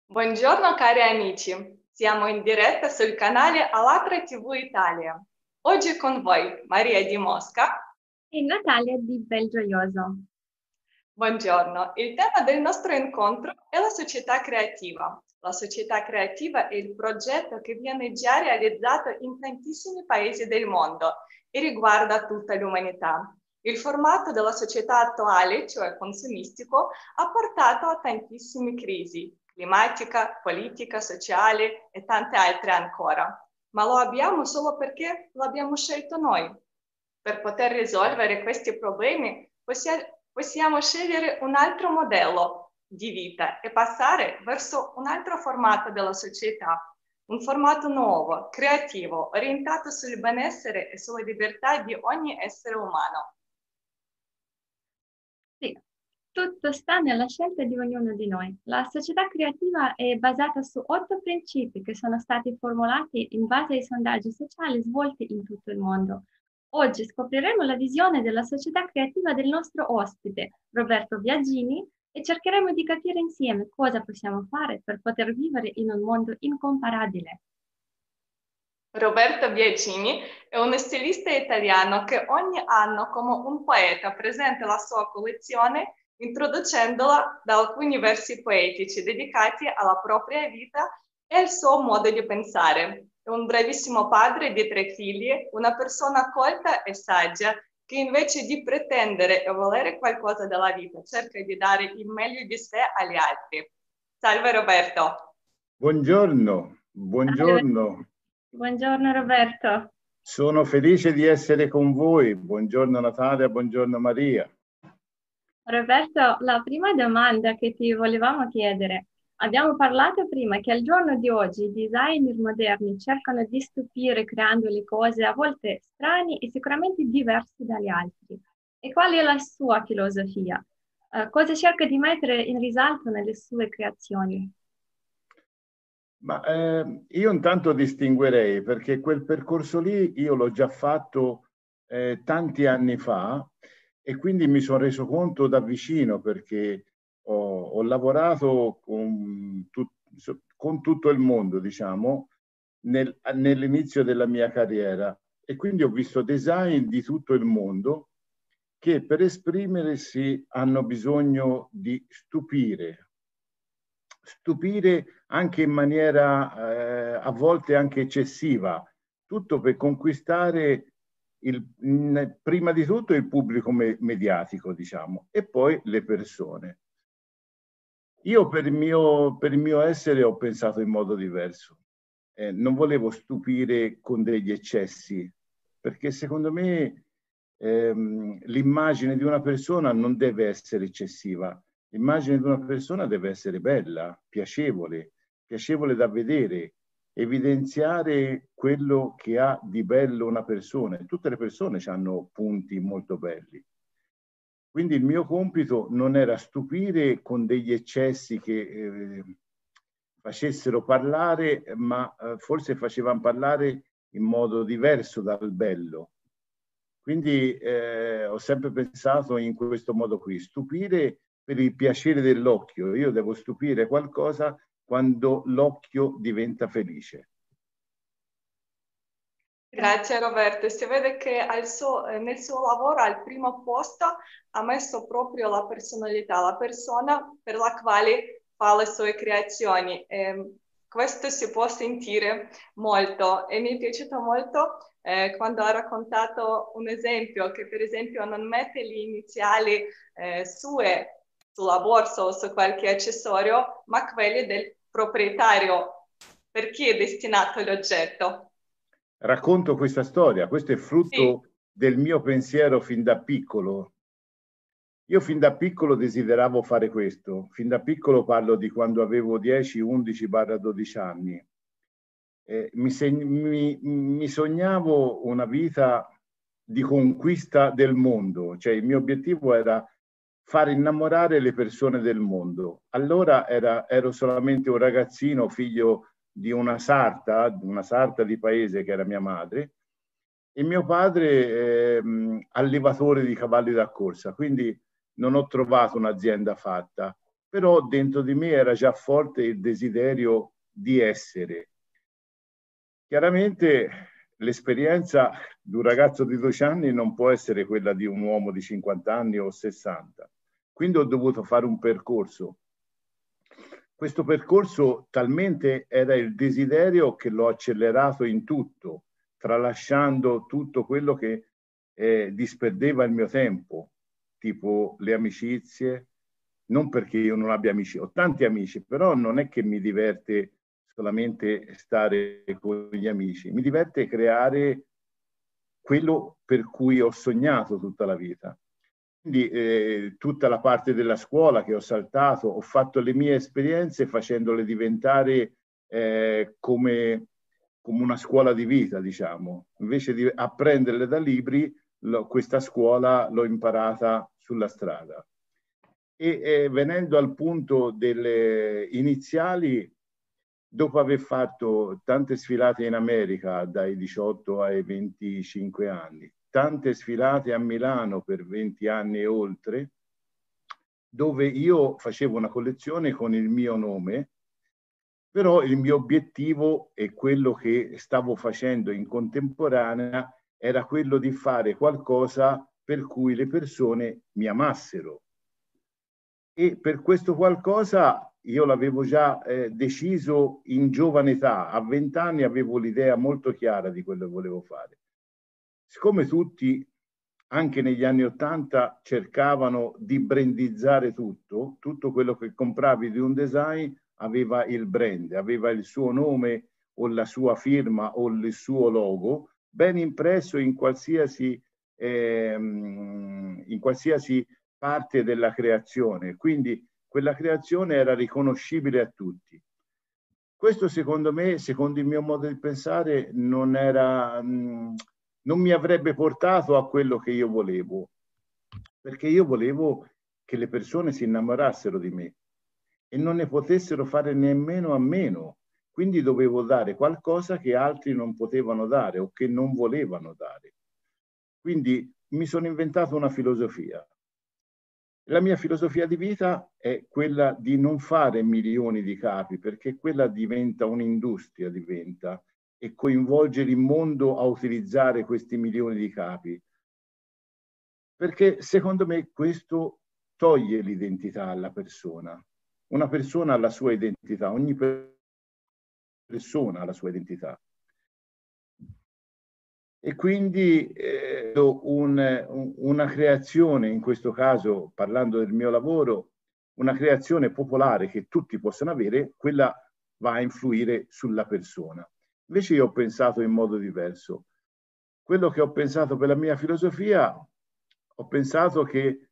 Buongiorno cari amici, siamo in diretta sul canale Alatra TV Italia. Oggi con voi Maria di Mosca. E Natalia di Belgioioso. Buongiorno, il tema del nostro incontro è la società creativa. La società creativa è il progetto che viene già realizzato in tantissimi paesi del mondo e riguarda tutta l'umanità. Il formato della società attuale, cioè consumistico, ha portato a tantissime crisi, climatica, politica, sociale e tante altre ancora. Ma lo abbiamo solo perché lo abbiamo scelto noi. Per poter risolvere questi problemi possiamo scegliere un altro modello di vita e passare verso un altro formato della società, un formato nuovo, creativo, orientato sul benessere e sulla libertà di ogni essere umano. Sì, tutto sta nella scelta di ognuno di noi. La società creativa è basata su 8 principi che sono stati formulati in base ai sondaggi sociali svolti in tutto il mondo. Oggi scopriremo la visione della società creativa del nostro ospite, Roberto Viagini, e cercheremo di capire insieme cosa possiamo fare per poter vivere in un mondo incomparabile. Roberto Biagini è uno stilista italiano che ogni anno, come un poeta, presenta la sua collezione introducendola da alcuni versi poetici dedicati alla propria vita e al suo modo di pensare. È un bravissimo padre di 3 figli, una persona colta e saggia che invece di pretendere e volere qualcosa dalla vita cerca di dare il meglio di sé agli altri. Salve Roberto. Salve. Buongiorno. Buongiorno Roberto. Sono felice di essere con voi. Buongiorno Natalia, buongiorno Maria. Roberto, la prima domanda che ti volevamo chiedere, abbiamo parlato prima che al giorno di oggi i designer moderni cercano di stupire creando le cose a volte strane e sicuramente diverse dagli altri. E qual è la sua filosofia? Cosa cerca di mettere in risalto nelle sue creazioni? Io intanto distinguerei perché quel percorso lì io l'ho già fatto tanti anni fa e quindi mi sono reso conto da vicino perché ho lavorato con tutto il mondo, diciamo, nell'inizio della mia carriera e quindi ho visto design di tutto il mondo che per esprimersi hanno bisogno di stupire anche in maniera a volte anche eccessiva, tutto per conquistare prima di tutto il pubblico mediatico, diciamo, e poi le persone. Io per il mio essere ho pensato in modo diverso. Non volevo stupire con degli eccessi, perché secondo me l'immagine di una persona non deve essere eccessiva. L'immagine di una persona deve essere bella, piacevole da vedere, evidenziare quello che ha di bello una persona. Tutte le persone hanno punti molto belli. Quindi il mio compito non era stupire con degli eccessi che facessero parlare, ma forse facevano parlare in modo diverso dal bello. Quindi ho sempre pensato in questo modo qui, stupire per il piacere dell'occhio. Io devo stupire qualcosa quando l'occhio diventa felice. Grazie Roberto, si vede che nel suo lavoro al primo posto ha messo proprio la personalità, la persona per la quale fa le sue creazioni. Questo si può sentire molto e mi è piaciuto molto quando ha raccontato un esempio che per esempio non mette le iniziali sue sulla borsa o su qualche accessorio, ma quelle del proprietario, per chi è destinato l'oggetto. Racconto questa storia, questo è frutto del mio pensiero fin da piccolo. Io fin da piccolo desideravo fare questo, fin da piccolo parlo di quando avevo 10, 11-12 anni. Mi sognavo una vita di conquista del mondo, cioè il mio obiettivo era far innamorare le persone del mondo. Allora ero solamente un ragazzino, figlio di una sarta di paese che era mia madre, e mio padre allevatore di cavalli da corsa, quindi non ho trovato un'azienda fatta. però dentro di me era già forte il desiderio di essere. Chiaramente l'esperienza di un ragazzo di 12 anni non può essere quella di un uomo di 50 anni o 60. Quindi ho dovuto fare un percorso. Questo percorso talmente era il desiderio che l'ho accelerato in tutto, tralasciando tutto quello che disperdeva il mio tempo, tipo le amicizie, non perché io non abbia amici, ho tanti amici, però non è che mi diverte solamente stare con gli amici, mi diverte creare quello per cui ho sognato tutta la vita. Quindi tutta la parte della scuola che ho saltato, ho fatto le mie esperienze facendole diventare come una scuola di vita, diciamo. Invece di apprenderle da libri, questa scuola l'ho imparata sulla strada. E venendo al punto delle iniziali, dopo aver fatto tante sfilate in America dai 18 ai 25 anni, tante sfilate a Milano per 20 anni e oltre, dove io facevo una collezione con il mio nome, però il mio obiettivo e quello che stavo facendo in contemporanea era quello di fare qualcosa per cui le persone mi amassero. E per questo qualcosa io l'avevo già deciso in giovane età, a 20 anni avevo l'idea molto chiara di quello che volevo fare. Siccome tutti, anche negli anni '80, cercavano di brandizzare tutto, tutto quello che compravi di un design aveva il brand, aveva il suo nome o la sua firma o il suo logo, ben impresso in qualsiasi parte della creazione. Quindi quella creazione era riconoscibile a tutti. Questo secondo me, secondo il mio modo di pensare, non mi avrebbe portato a quello che io volevo, perché io volevo che le persone si innamorassero di me e non ne potessero fare nemmeno a meno. Quindi dovevo dare qualcosa che altri non potevano dare o che non volevano dare. Quindi mi sono inventato una filosofia. La mia filosofia di vita è quella di non fare milioni di capi, perché quella diventa un'industria, e coinvolgere il mondo a utilizzare questi milioni di capi. Perché secondo me questo toglie l'identità alla persona. Una persona ha la sua identità, ogni persona ha la sua identità. E quindi una creazione, in questo caso parlando del mio lavoro, una creazione popolare che tutti possono avere, quella va a influire sulla persona. Invece io ho pensato in modo diverso. Quello che ho pensato per la mia filosofia, ho pensato che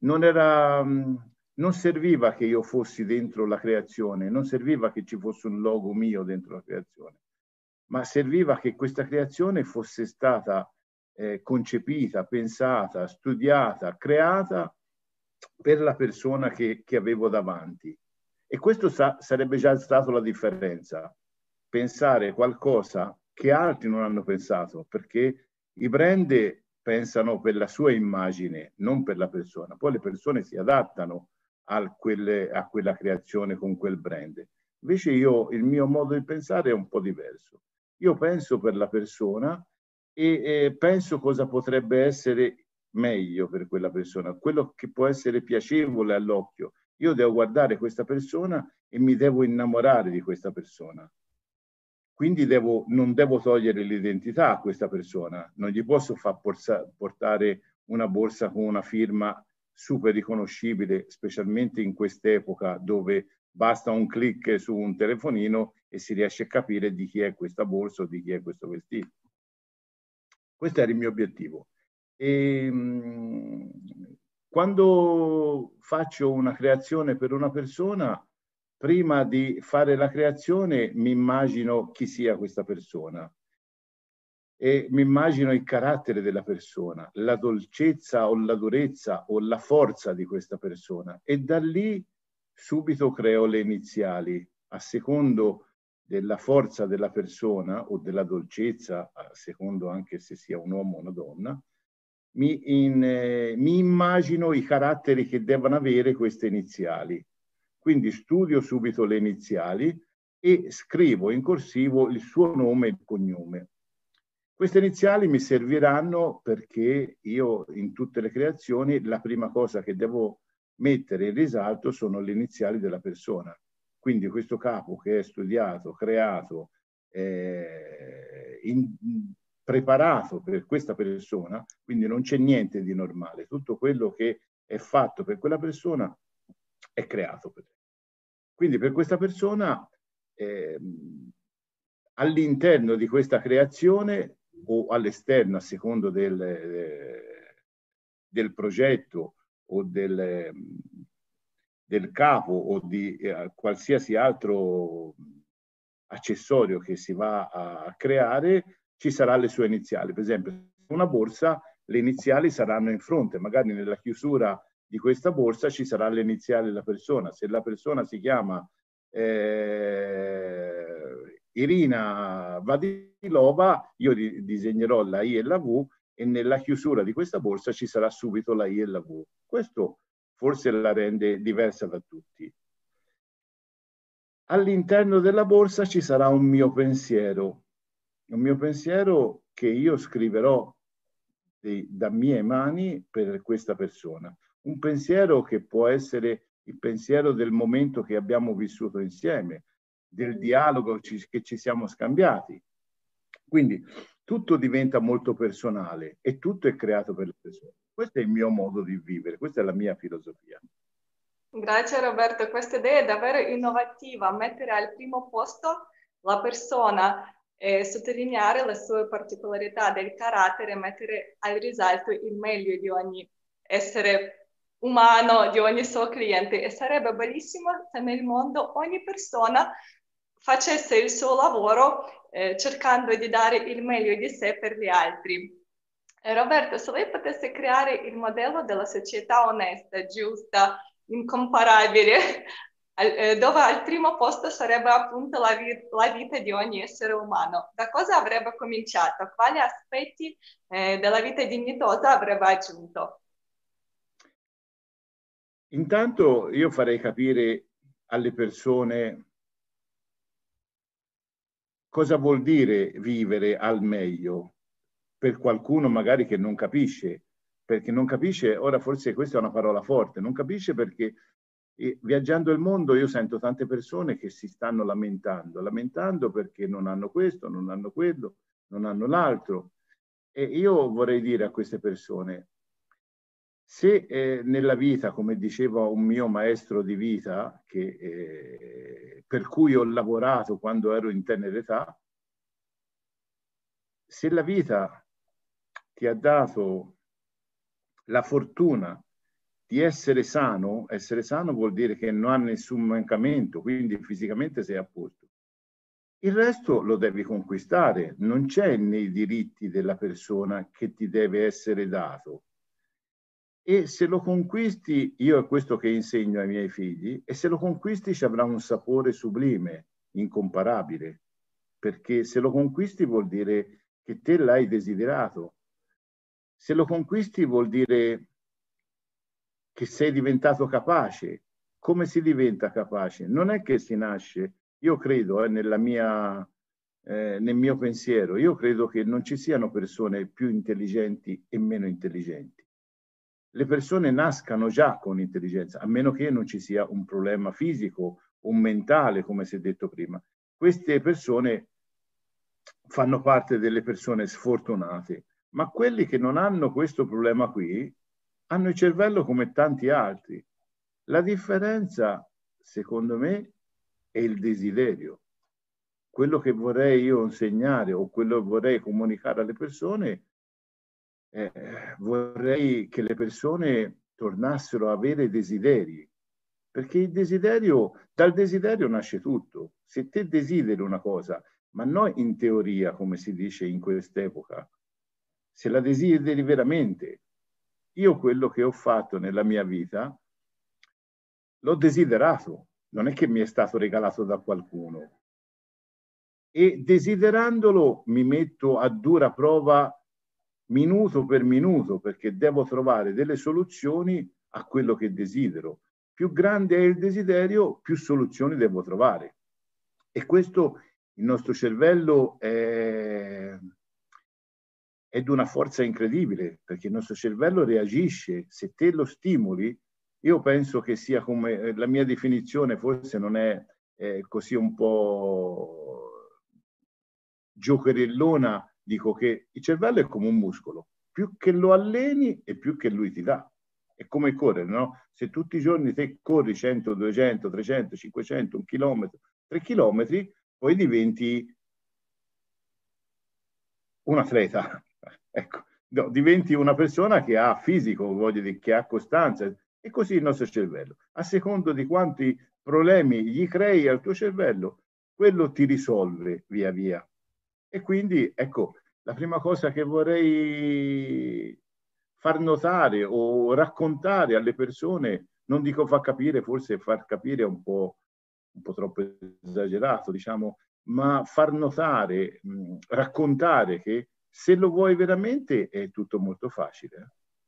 non serviva che io fossi dentro la creazione, non serviva che ci fosse un logo mio dentro la creazione, ma serviva che questa creazione fosse stata concepita, pensata, studiata, creata per la persona che avevo davanti. E questo sarebbe già stata la differenza. Pensare qualcosa che altri non hanno pensato, perché i brand pensano per la sua immagine, non per la persona. Poi le persone si adattano a quella creazione con quel brand. Invece il mio modo di pensare è un po' diverso. Io penso per la persona e penso cosa potrebbe essere meglio per quella persona, quello che può essere piacevole all'occhio. Io devo guardare questa persona e mi devo innamorare di questa persona. Quindi non devo togliere l'identità a questa persona, non gli posso far portare una borsa con una firma super riconoscibile, specialmente in quest'epoca dove basta un click su un telefonino e si riesce a capire di chi è questa borsa o di chi è questo vestito. Questo era il mio obiettivo. Quando faccio una creazione per una persona, prima di fare la creazione mi immagino chi sia questa persona e mi immagino il carattere della persona, la dolcezza o la durezza o la forza di questa persona e da lì subito creo le iniziali a secondo della forza della persona o della dolcezza, a secondo anche se sia un uomo o una donna, mi immagino i caratteri che devono avere queste iniziali. Quindi studio subito le iniziali e scrivo in corsivo il suo nome e il cognome. Queste iniziali mi serviranno perché io in tutte le creazioni la prima cosa che devo mettere in risalto sono le iniziali della persona. Quindi questo capo che è studiato, creato, preparato per questa persona, quindi non c'è niente di normale. Tutto quello che è fatto per quella persona è creato per lei. Quindi per questa persona, all'interno di questa creazione o all'esterno, a secondo del progetto o del capo o di qualsiasi altro accessorio che si va a creare, ci sarà le sue iniziali. Per esempio, una borsa, le iniziali saranno in fronte, magari nella chiusura di questa borsa ci sarà le iniziali della persona. Se la persona si chiama Irina Vadilova, io disegnerò la I e la V e nella chiusura di questa borsa ci sarà subito la I e la V. Questo forse la rende diversa da tutti. All'interno della borsa ci sarà un mio pensiero che io scriverò da mie mani per questa persona. Un pensiero che può essere il pensiero del momento che abbiamo vissuto insieme, del dialogo che ci siamo scambiati. Quindi tutto diventa molto personale e tutto è creato per le persone. Questo è il mio modo di vivere, questa è la mia filosofia. Grazie Roberto, questa idea è davvero innovativa, mettere al primo posto la persona, sottolineare le sue particolarità del carattere, mettere al risalto il meglio di ogni essere umano, di ogni suo cliente. E sarebbe bellissimo se nel mondo ogni persona facesse il suo lavoro cercando di dare il meglio di sé per gli altri. Roberto, se lei potesse creare il modello della società onesta, giusta, incomparabile, dove al primo posto sarebbe appunto la vita di ogni essere umano, da cosa avrebbe cominciato? Quali aspetti della vita dignitosa avrebbe aggiunto? Intanto io farei capire alle persone cosa vuol dire vivere al meglio, per qualcuno magari che non capisce, perché non capisce, ora forse questa è una parola forte, non capisce perché viaggiando il mondo io sento tante persone che si stanno lamentando perché non hanno questo, non hanno quello, non hanno l'altro. E io vorrei dire a queste persone, se nella vita, come diceva un mio maestro di vita, per cui ho lavorato quando ero in tenera età, se la vita ti ha dato la fortuna di essere sano vuol dire che non ha nessun mancamento, quindi fisicamente sei a posto. Il resto lo devi conquistare, non c'è nei diritti della persona che ti deve essere dato. E se lo conquisti, io è questo che insegno ai miei figli, e se lo conquisti ci avrà un sapore sublime, incomparabile, perché se lo conquisti vuol dire che te l'hai desiderato. Se lo conquisti vuol dire che sei diventato capace. Come si diventa capace? Non è che si nasce, io credo nel mio pensiero, io credo che non ci siano persone più intelligenti e meno intelligenti. Le persone nascano già con intelligenza, a meno che non ci sia un problema fisico o mentale, come si è detto prima. Queste persone fanno parte delle persone sfortunate, ma quelli che non hanno questo problema qui hanno il cervello come tanti altri. La differenza, secondo me, è il desiderio. Quello che vorrei io insegnare o quello che vorrei comunicare alle persone, vorrei che le persone tornassero a avere desideri, perché il desiderio, dal desiderio nasce tutto. Se te desideri una cosa, ma non in teoria, come si dice in quest'epoca, se la desideri veramente. Io quello che ho fatto nella mia vita l'ho desiderato, non è che mi è stato regalato da qualcuno. E desiderandolo mi metto a dura prova minuto per minuto, perché devo trovare delle soluzioni a quello che desidero. più grande è il desiderio, più soluzioni devo trovare. E questo, il nostro cervello è di una forza incredibile, perché il nostro cervello reagisce. Se te lo stimoli, io penso che sia come, la mia definizione forse non è così un po' giocherellona, dico che il cervello è come un muscolo, più che lo alleni e più che lui ti dà. È come correre, no? Se tutti i giorni te corri 100, 200, 300, 500, 1 chilometro, 3 chilometri, poi diventi un atleta. Ecco, no, diventi una persona che ha fisico, voglio dire, che ha costanza, e così il nostro cervello. A secondo di quanti problemi gli crei al tuo cervello, quello ti risolve via via. E quindi, ecco, la prima cosa che vorrei far notare o raccontare alle persone, non dico far capire, forse far capire è un po' troppo esagerato, diciamo, ma far notare, raccontare che se lo vuoi veramente è tutto molto facile.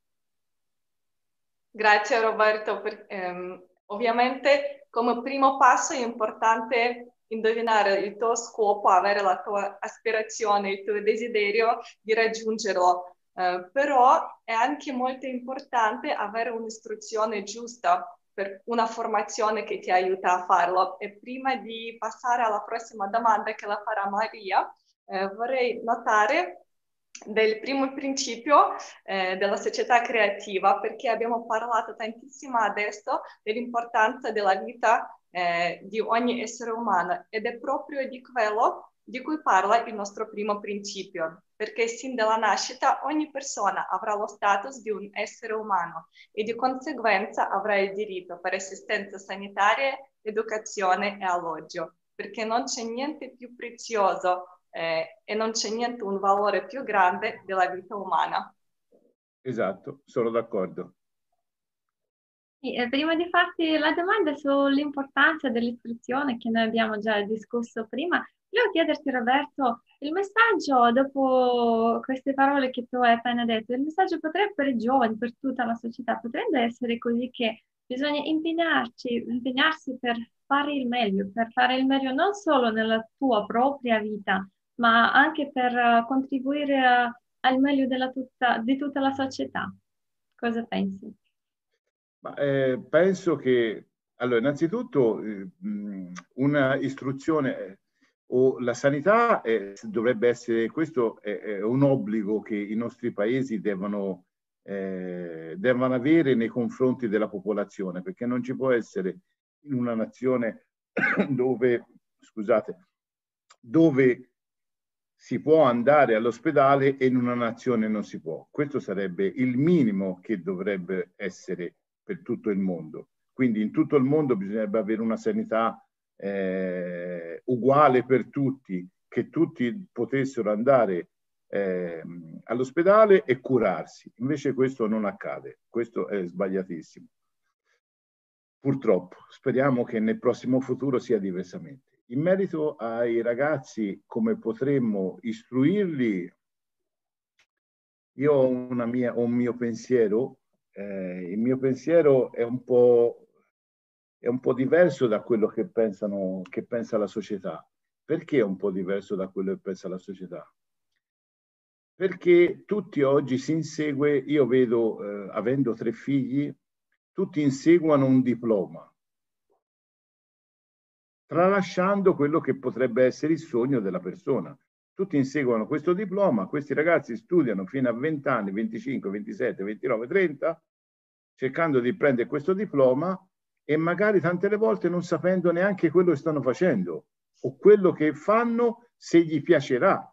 Grazie Roberto. Ovviamente come primo passo è importante indovinare il tuo scopo, avere la tua aspirazione, il tuo desiderio di raggiungerlo. Però è anche molto importante avere un'istruzione giusta per una formazione che ti aiuta a farlo. E prima di passare alla prossima domanda che la farà Maria, vorrei notare del primo principio della società creativa, perché abbiamo parlato tantissimo adesso dell'importanza della vita di ogni essere umano, ed è proprio di quello di cui parla il nostro primo principio, perché sin dalla nascita ogni persona avrà lo status di un essere umano e di conseguenza avrà il diritto per assistenza sanitaria, educazione e alloggio, perché non c'è niente più prezioso e non c'è niente un valore più grande della vita umana. Esatto, sono d'accordo. Prima di farti la domanda sull'importanza dell'istruzione che noi abbiamo già discusso prima, volevo chiederti Roberto, il messaggio dopo queste parole che tu hai appena detto, il messaggio potrebbe per i giovani, per tutta la società, potrebbe essere così che bisogna impegnarsi per fare il meglio non solo nella tua propria vita, ma anche per contribuire al meglio di tutta la società. Cosa pensi? Ma, penso che, allora, innanzitutto una istruzione o la sanità dovrebbe essere, questo è un obbligo che i nostri paesi devono avere nei confronti della popolazione, perché non ci può essere in una nazione dove, scusate, dove si può andare all'ospedale e in una nazione non si può. Questo sarebbe il minimo che dovrebbe essere per tutto il mondo. Quindi in tutto il mondo bisognerebbe avere una sanità uguale per tutti, che tutti potessero andare all'ospedale e curarsi. Invece questo non accade, questo è sbagliatissimo. Purtroppo, speriamo che nel prossimo futuro sia diversamente. In merito ai ragazzi, come potremmo istruirli, io ho un mio pensiero. Il mio pensiero è un po' diverso da quello che pensa la società. Perché è un po' diverso da quello che pensa la società? Perché tutti oggi si insegue, io vedo, avendo 3 figli, tutti inseguono un diploma, tralasciando quello che potrebbe essere il sogno della persona. Tutti inseguono questo diploma, questi ragazzi studiano fino a 20 anni, 25, 27, 29, 30, cercando di prendere questo diploma e magari tante le volte non sapendo neanche quello che stanno facendo o quello che fanno, se gli piacerà.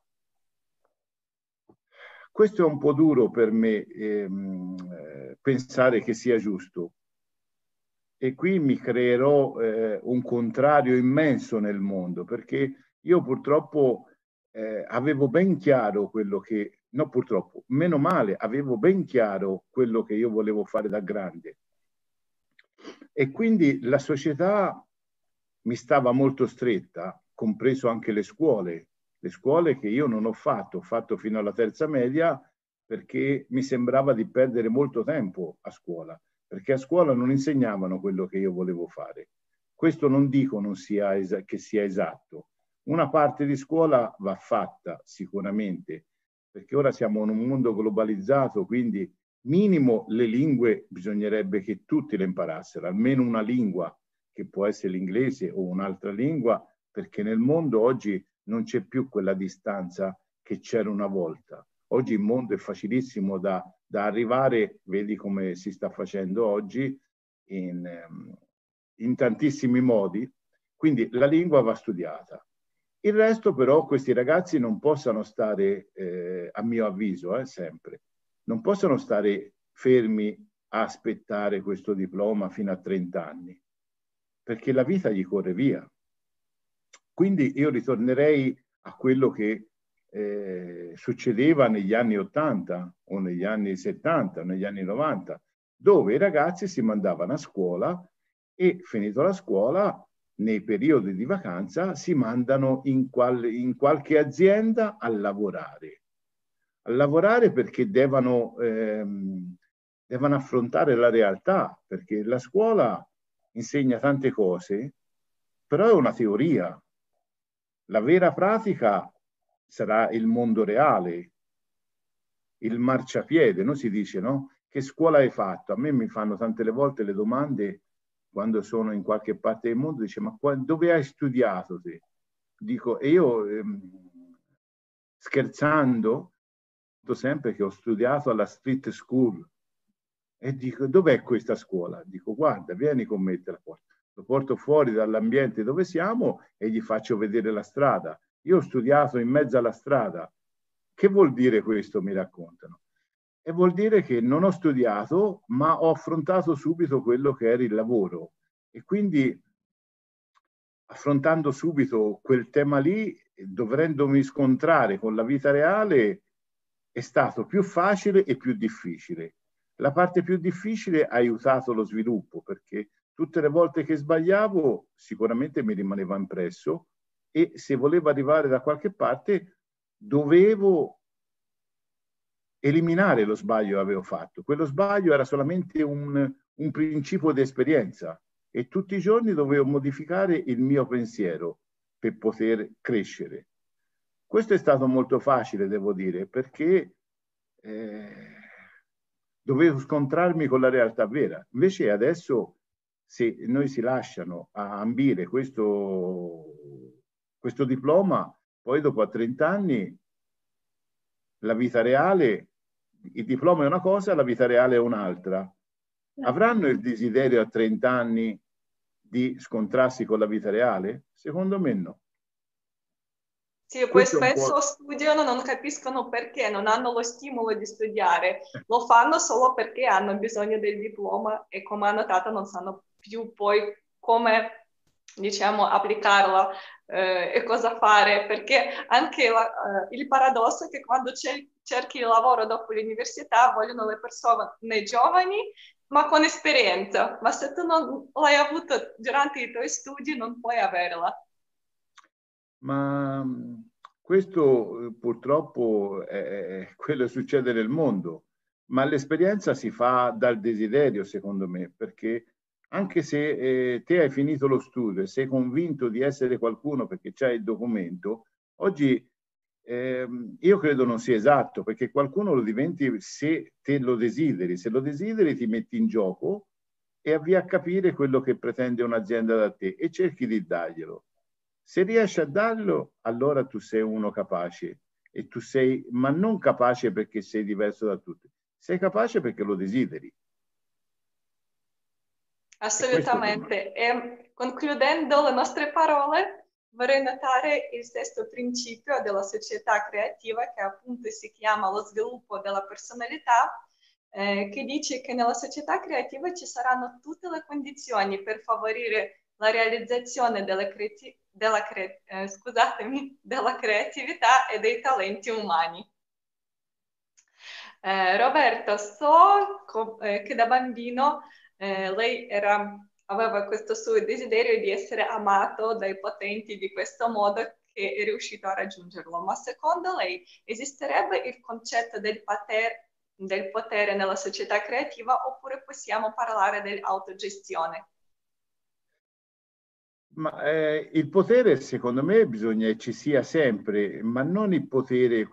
Questo è un po' duro per me pensare che sia giusto. E qui mi creerò un contrario immenso nel mondo, perché io purtroppo avevo ben chiaro quello che, no purtroppo, meno male, avevo ben chiaro quello che io volevo fare da grande. E quindi la società mi stava molto stretta, compreso anche le scuole che io non ho fatto fino alla terza media, perché mi sembrava di perdere molto tempo a scuola. perché a scuola non insegnavano quello che io volevo fare. Questo non dico che sia esatto. Una parte di scuola va fatta sicuramente, perché ora siamo in un mondo globalizzato, quindi minimo le lingue bisognerebbe che tutti le imparassero, almeno una lingua, che può essere l'inglese o un'altra lingua, perché nel mondo oggi non c'è più quella distanza che c'era una volta. Oggi il mondo è facilissimo da arrivare, vedi come si sta facendo oggi, in tantissimi modi, quindi la lingua va studiata. Il resto però questi ragazzi non possono stare, a mio avviso, sempre, non possono stare fermi a aspettare questo diploma fino a 30 anni, perché la vita gli corre via. Quindi io ritornerei a quello che succedeva negli anni 80 o negli anni 70 o negli anni 90, dove i ragazzi si mandavano a scuola e, finito la scuola, nei periodi di vacanza si mandano in qualche azienda a lavorare perché devono affrontare la realtà, perché la scuola insegna tante cose, però è una teoria. La vera pratica sarà il mondo reale, il marciapiede, no? Si dice, no? Che scuola hai fatto? A me mi fanno tante le volte le domande quando sono in qualche parte del mondo, dice, ma dove hai studiato te? Dico, e io scherzando, dico sempre che ho studiato alla street school. E dico, dov'è questa scuola? Dico, guarda, vieni con me, te la porto. Lo porto fuori dall'ambiente dove siamo e gli faccio vedere la strada. Io ho studiato in mezzo alla strada. Che vuol dire questo, mi raccontano? E vuol dire che non ho studiato, ma ho affrontato subito quello che era il lavoro. E quindi, affrontando subito quel tema lì, dovendomi scontrare con la vita reale, è stato più facile e più difficile. La parte più difficile ha aiutato lo sviluppo, perché tutte le volte che sbagliavo sicuramente mi rimaneva impresso e se volevo arrivare da qualche parte dovevo eliminare lo sbaglio che avevo fatto. Quello sbaglio era solamente un principio di esperienza e tutti i giorni dovevo modificare il mio pensiero per poter crescere. Questo è stato molto facile, devo dire, perché dovevo scontrarmi con la realtà vera. Invece adesso, se noi si lasciano a ambire questo diploma, poi dopo a 30 anni la vita reale, il diploma è una cosa, la vita reale è un'altra. Avranno il desiderio a 30 anni di scontrarsi con la vita reale? Secondo me no. Sì, poi Questo è un spesso po'... studiano, non capiscono perché, non hanno lo stimolo di studiare, lo fanno solo perché hanno bisogno del diploma e come hanno notato non sanno più poi come, diciamo, applicarla e cosa fare, perché anche il paradosso è che quando cerchi il lavoro dopo l'università vogliono le persone giovani ma con esperienza, ma se tu non l'hai avuto durante i tuoi studi non puoi averla. Ma questo purtroppo è quello che succede nel mondo, ma l'esperienza si fa dal desiderio, secondo me, perché anche se te hai finito lo studio e sei convinto di essere qualcuno perché c'hai il documento, oggi io credo non sia esatto, perché qualcuno lo diventi se te lo desideri. Se lo desideri ti metti in gioco e avvii a capire quello che pretende un'azienda da te e cerchi di darglielo. Se riesci a darlo, allora tu sei uno capace e tu sei, ma non capace perché sei diverso da tutti, sei capace perché lo desideri. Assolutamente. E concludendo le nostre parole, vorrei notare il sesto principio della società creativa, che appunto si chiama lo sviluppo della personalità, che dice che nella società creativa ci saranno tutte le condizioni per favorire la realizzazione della creatività e dei talenti umani. Roberto, so che da bambino lei aveva questo suo desiderio di essere amato dai potenti di questo modo che è riuscito a raggiungerlo, ma secondo lei esisterebbe il concetto del del potere nella società creativa oppure possiamo parlare dell'autogestione? Ma il potere, secondo me, bisogna che ci sia sempre, ma non il potere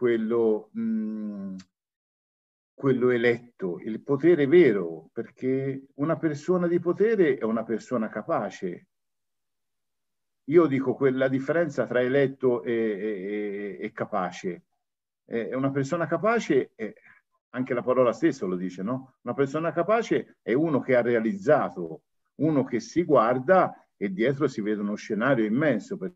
quello eletto, il potere vero, perché una persona di potere è una persona capace. Io dico la differenza tra eletto e capace. È una persona capace, anche la parola stessa lo dice, no? Una persona capace è uno che ha realizzato, uno che si guarda e dietro si vede uno scenario immenso, perché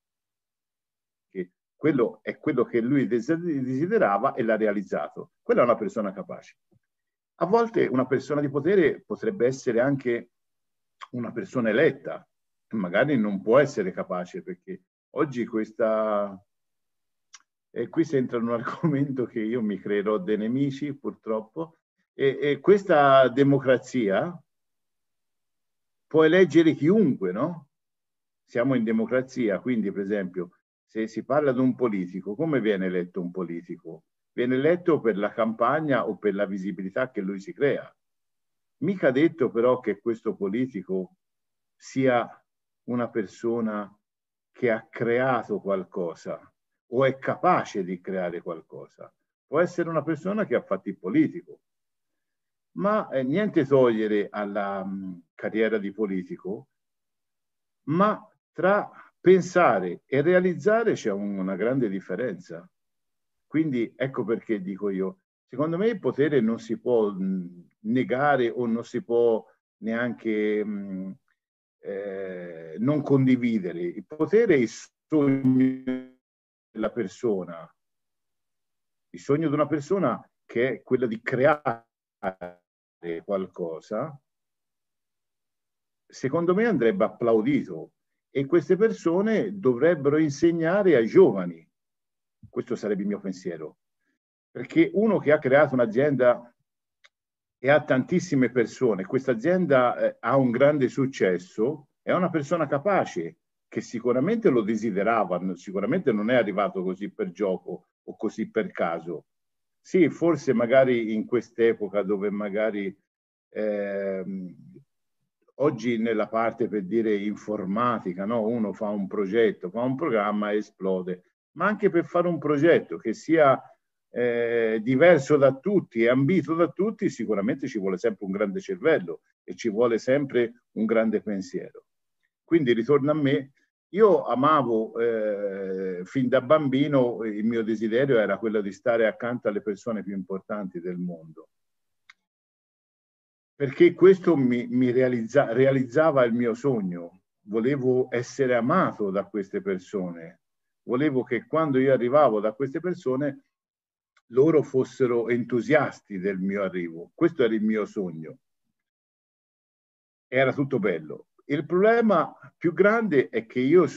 quello è quello che lui desiderava e l'ha realizzato. Quella è una persona capace. A volte una persona di potere potrebbe essere anche una persona eletta, magari non può essere capace, perché oggi questa... E qui si entra in un argomento che io mi creerò dei nemici, purtroppo, e questa democrazia può eleggere chiunque, no? Siamo in democrazia, quindi per esempio se si parla di un politico, come viene eletto un politico? Viene eletto per la campagna o per la visibilità che lui si crea. Mica detto però che questo politico sia una persona che ha creato qualcosa o è capace di creare qualcosa. Può essere una persona che ha fatto il politico, ma niente togliere alla carriera di politico, ma tra pensare e realizzare c'è una grande differenza. Quindi ecco perché dico io, secondo me il potere non si può negare o non si può neanche non condividere. Il potere è il sogno della persona, il sogno di una persona che è quello di creare qualcosa, secondo me andrebbe applaudito e queste persone dovrebbero insegnare ai giovani. Questo sarebbe il mio pensiero. Perché uno che ha creato un'azienda e ha tantissime persone, questa azienda ha un grande successo, è una persona capace che sicuramente lo desiderava, sicuramente non è arrivato così per gioco o così per caso. Sì, forse magari in quest'epoca dove magari oggi nella parte per dire informatica, no? Uno fa un progetto, fa un programma e esplode, ma anche per fare un progetto che sia diverso da tutti e ambito da tutti, sicuramente ci vuole sempre un grande cervello e ci vuole sempre un grande pensiero. Quindi ritorno a me, io amavo fin da bambino, il mio desiderio era quello di stare accanto alle persone più importanti del mondo, perché questo mi realizzava il mio sogno. Volevo essere amato da queste persone, volevo che quando io arrivavo da queste persone loro fossero entusiasti del mio arrivo. Questo era il mio sogno. Era tutto bello. Il problema più grande è che io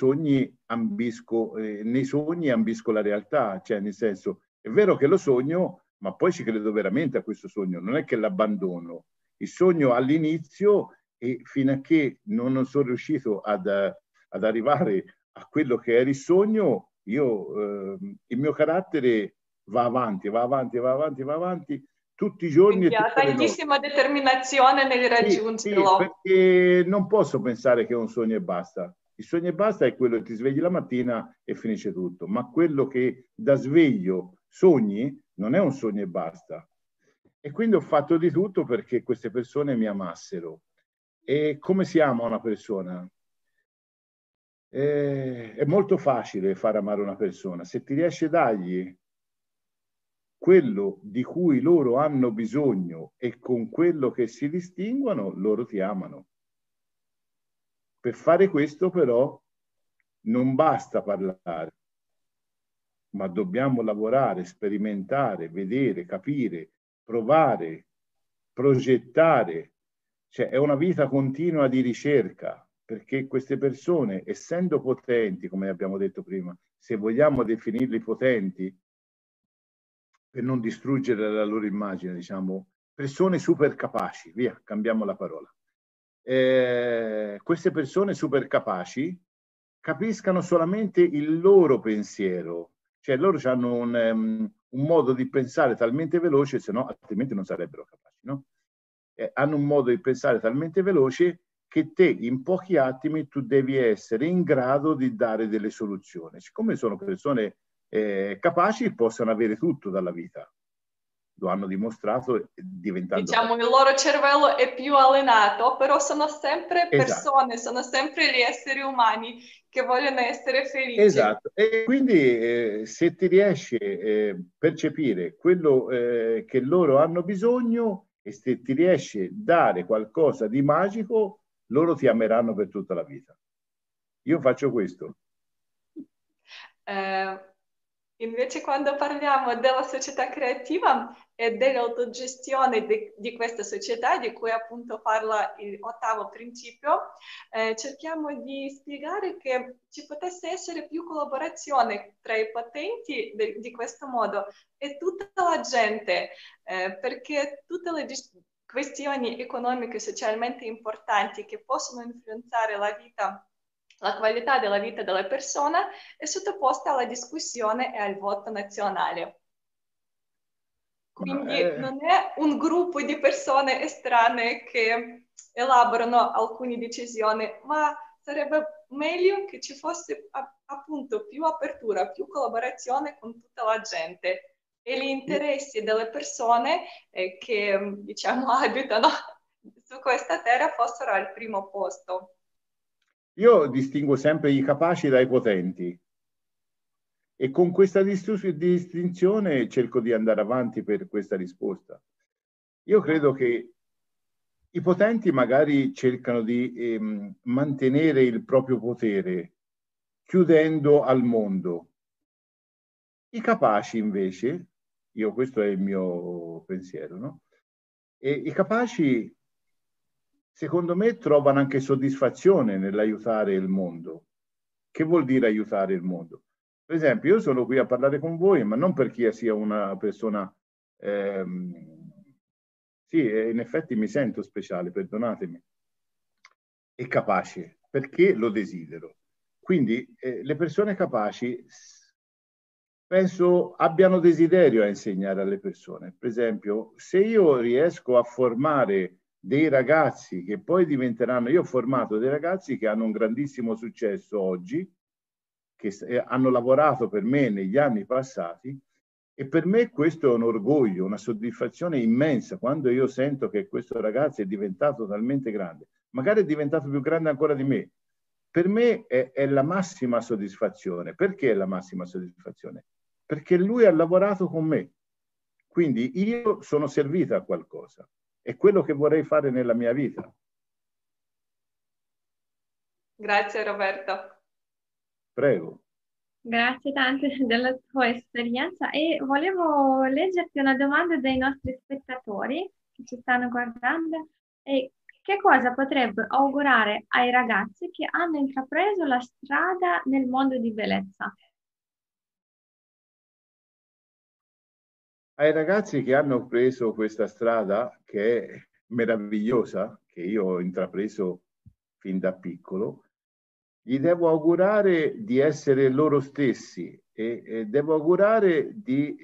nei sogni ambisco la realtà, cioè nel senso, è vero che lo sogno, ma poi ci credo veramente a questo sogno, non è che l'abbandono. Il sogno all'inizio e fino a che non sono riuscito ad arrivare a quello che era il sogno, il mio carattere va avanti, va avanti, va avanti, va avanti, tutti i giorni Quindi e ha tutte le notti. tantissima determinazione nel Sì, raggiungerlo. perché non posso pensare che è un sogno e basta. Il sogno e basta è quello che ti svegli la mattina e finisce tutto, ma quello che da sveglio sogni non è un sogno e basta. E quindi ho fatto di tutto perché queste persone mi amassero. E come si ama una persona? È molto facile far amare una persona. Se ti riesce a dargli quello di cui loro hanno bisogno e con quello che si distinguono, loro ti amano. Per fare questo però non basta parlare, ma dobbiamo lavorare, sperimentare, vedere, capire, provare, progettare. Cioè è una vita continua di ricerca, perché queste persone, essendo potenti, come abbiamo detto prima, se vogliamo definirli potenti, per non distruggere la loro immagine, diciamo, persone super capaci, via, cambiamo la parola. Queste persone super capaci capiscano solamente il loro pensiero, cioè loro hanno un modo di pensare talmente veloce, se no altrimenti non sarebbero capaci, no? Hanno un modo di pensare talmente veloce che te in pochi attimi tu devi essere in grado di dare delle soluzioni. Siccome sono persone capaci, possono avere tutto dalla vita. Lo hanno dimostrato diventando... Diciamo, il loro cervello è più allenato, però sono sempre persone, esatto. sono sempre gli esseri umani che vogliono essere felici. Esatto, e quindi se ti riesci a percepire quello che loro hanno bisogno e se ti riesci a dare qualcosa di magico, loro ti ameranno per tutta la vita. Io faccio questo. Invece quando parliamo della società creativa e dell'autogestione di questa società, di cui appunto parla il 8º principio, cerchiamo di spiegare che ci potesse essere più collaborazione tra i potenti di questo modo e tutta la gente, perché tutte le questioni economiche e socialmente importanti che possono influenzare la qualità della vita della persona è sottoposta alla discussione e al voto nazionale. Quindi non è un gruppo di persone estranee che elaborano alcune decisioni, ma sarebbe meglio che ci fosse appunto più apertura, più collaborazione con tutta la gente e gli interessi delle persone che diciamo abitano su questa terra fossero al primo posto. Io distingo sempre i capaci dai potenti e con questa distinzione cerco di andare avanti per questa risposta. Io credo che i potenti magari cercano di mantenere il proprio potere chiudendo al mondo. I capaci invece, questo è il mio pensiero, no? E i capaci secondo me trovano anche soddisfazione nell'aiutare il mondo. Che vuol dire aiutare il mondo? Per esempio, io sono qui a parlare con voi, ma non perché io sia una persona... sì, in effetti mi sento speciale, perdonatemi. E capace, perché lo desidero. Quindi le persone capaci penso abbiano desiderio a insegnare alle persone. Per esempio, se io riesco a formare dei ragazzi che poi diventeranno, io ho formato dei ragazzi che hanno un grandissimo successo oggi, che hanno lavorato per me negli anni passati, e per me questo è un orgoglio, una soddisfazione immensa quando io sento che questo ragazzo è diventato talmente grande, magari è diventato più grande ancora di me. Per me è la massima soddisfazione. Perché è la massima soddisfazione? Perché lui ha lavorato con me. Quindi io sono servita a qualcosa. È quello che vorrei fare nella mia vita. Grazie Roberto. Prego. Grazie tante della tua esperienza e volevo leggerti una domanda dei nostri spettatori che ci stanno guardando. E che cosa potrebbe augurare ai ragazzi che hanno intrapreso la strada nel mondo di bellezza? Ai ragazzi che hanno preso questa strada, che è meravigliosa, che io ho intrapreso fin da piccolo, gli devo augurare di essere loro stessi e devo augurare di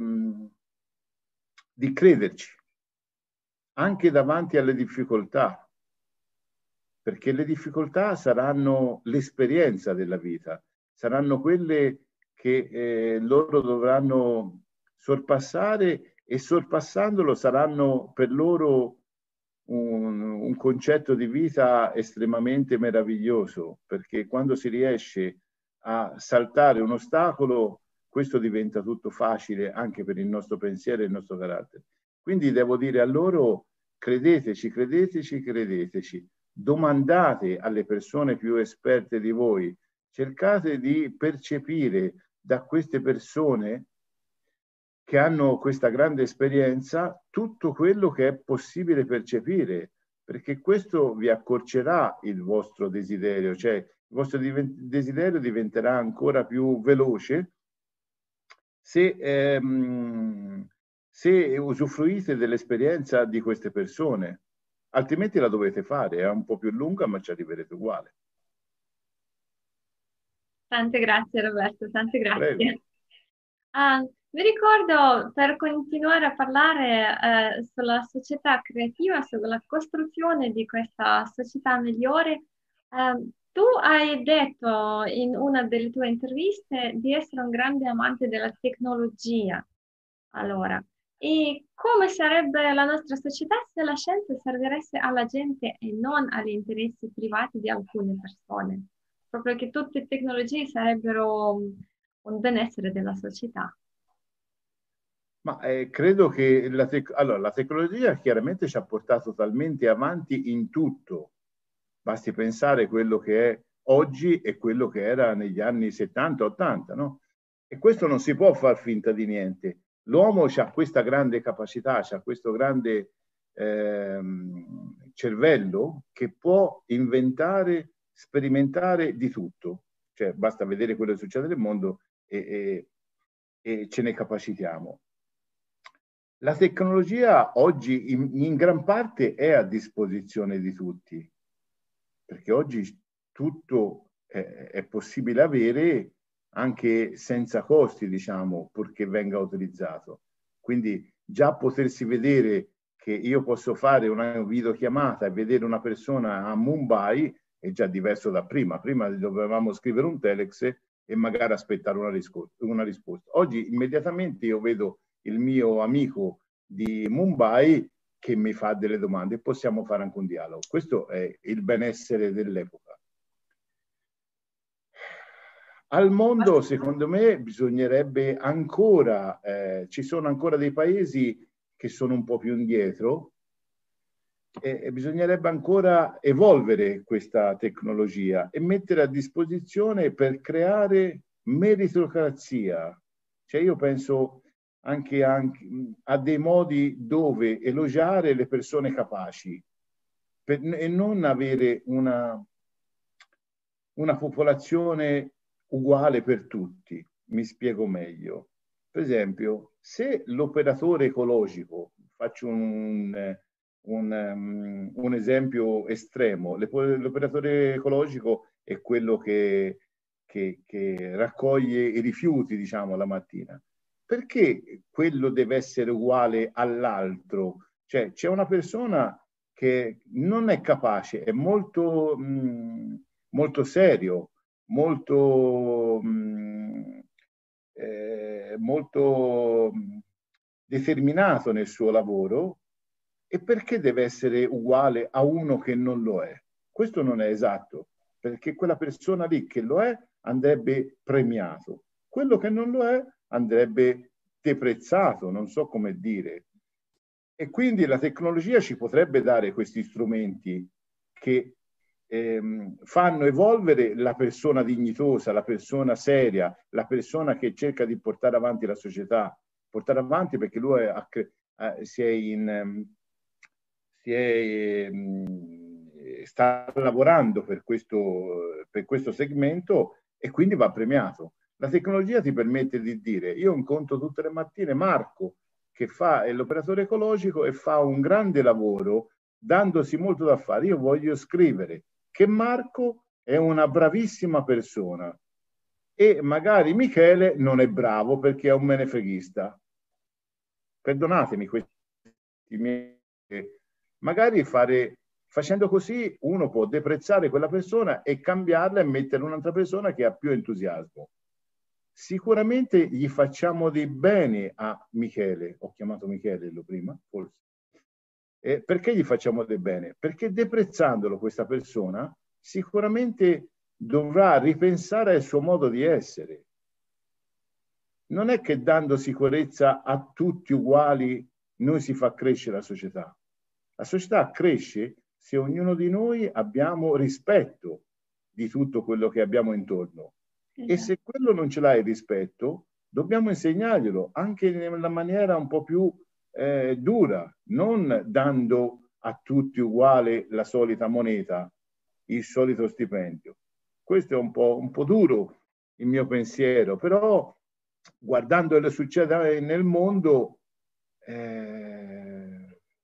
crederci anche davanti alle difficoltà, perché le difficoltà saranno l'esperienza della vita, saranno quelle che loro dovranno sorpassare e sorpassandolo saranno per loro un concetto di vita estremamente meraviglioso, perché quando si riesce a saltare un ostacolo, questo diventa tutto facile anche per il nostro pensiero e il nostro carattere. Quindi devo dire a loro, credeteci, credeteci, credeteci, domandate alle persone più esperte di voi, cercate di percepire da queste persone che hanno questa grande esperienza tutto quello che è possibile percepire, perché questo vi accorcerà il vostro desiderio, cioè il vostro desiderio diventerà ancora più veloce se usufruite dell'esperienza di queste persone, altrimenti la dovete fare, è un po' più lunga ma ci arriverete uguale. Tante grazie Roberto, tante grazie. Prego. Vi ricordo, per continuare a parlare sulla società creativa, sulla costruzione di questa società migliore, tu hai detto in una delle tue interviste di essere un grande amante della tecnologia. Allora, e come sarebbe la nostra società se la scienza servisse alla gente e non agli interessi privati di alcune persone? Proprio che tutte le tecnologie sarebbero un benessere della società. Ma credo che allora, la tecnologia chiaramente ci ha portato talmente avanti in tutto. Basti pensare quello che è oggi e quello che era negli anni 70-80, no? E questo non si può far finta di niente. L'uomo ha questa grande capacità, ha questo grande cervello che può inventare, sperimentare di tutto. Cioè, basta vedere quello che succede nel mondo e ce ne capacitiamo. La tecnologia oggi in gran parte è a disposizione di tutti, perché oggi tutto è possibile avere anche senza costi, diciamo, purché venga utilizzato. Quindi già potersi vedere che io posso fare una videochiamata e vedere una persona a Mumbai è già diverso da prima. Prima dovevamo scrivere un telex e magari aspettare una risposta. Oggi immediatamente io vedo il mio amico di Mumbai che mi fa delle domande e possiamo fare anche un dialogo. Questo è il benessere dell'epoca. Al mondo, secondo me, bisognerebbe ancora, ci sono ancora dei paesi che sono un po' più indietro e bisognerebbe ancora evolvere questa tecnologia e mettere a disposizione per creare meritocrazia. Cioè io penso anche a dei modi dove elogiare le persone capaci e non avere una popolazione uguale per tutti. Mi spiego meglio. Per esempio, se l'operatore ecologico, faccio un esempio estremo, l'operatore ecologico è quello che raccoglie i rifiuti, diciamo, la mattina. Perché quello deve essere uguale all'altro? Cioè, c'è una persona che non è capace, è molto, molto serio, molto, molto determinato nel suo lavoro, e perché deve essere uguale a uno che non lo è? Questo non è esatto, perché quella persona lì che lo è andrebbe premiato, quello che non lo è andrebbe deprezzato, non so come dire. E quindi la tecnologia ci potrebbe dare questi strumenti che fanno evolvere la persona dignitosa, la persona seria, la persona che cerca di portare avanti la società, portare avanti perché lui sta lavorando per questo segmento e quindi va premiato. La tecnologia ti permette di dire, io incontro tutte le mattine Marco, che è l'operatore ecologico e fa un grande lavoro, dandosi molto da fare. Io voglio scrivere che Marco è una bravissima persona e magari Michele non è bravo perché è un menefreghista. Perdonatemi questi miei... Magari facendo così uno può deprezzare quella persona e cambiarla e mettere un'altra persona che ha più entusiasmo. Sicuramente gli facciamo dei beni a Michele, ho chiamato Michele prima, forse. Perché gli facciamo del bene? Perché deprezzandolo questa persona sicuramente dovrà ripensare al suo modo di essere. Non è che dando sicurezza a tutti uguali noi si fa crescere la società. La società cresce se ognuno di noi abbiamo rispetto di tutto quello che abbiamo intorno. E se quello non ce l'ha il rispetto, dobbiamo insegnarglielo anche nella maniera un po' più dura, non dando a tutti uguale la solita moneta, il solito stipendio. Questo è un po' duro il mio pensiero, però guardando quello che succede nel mondo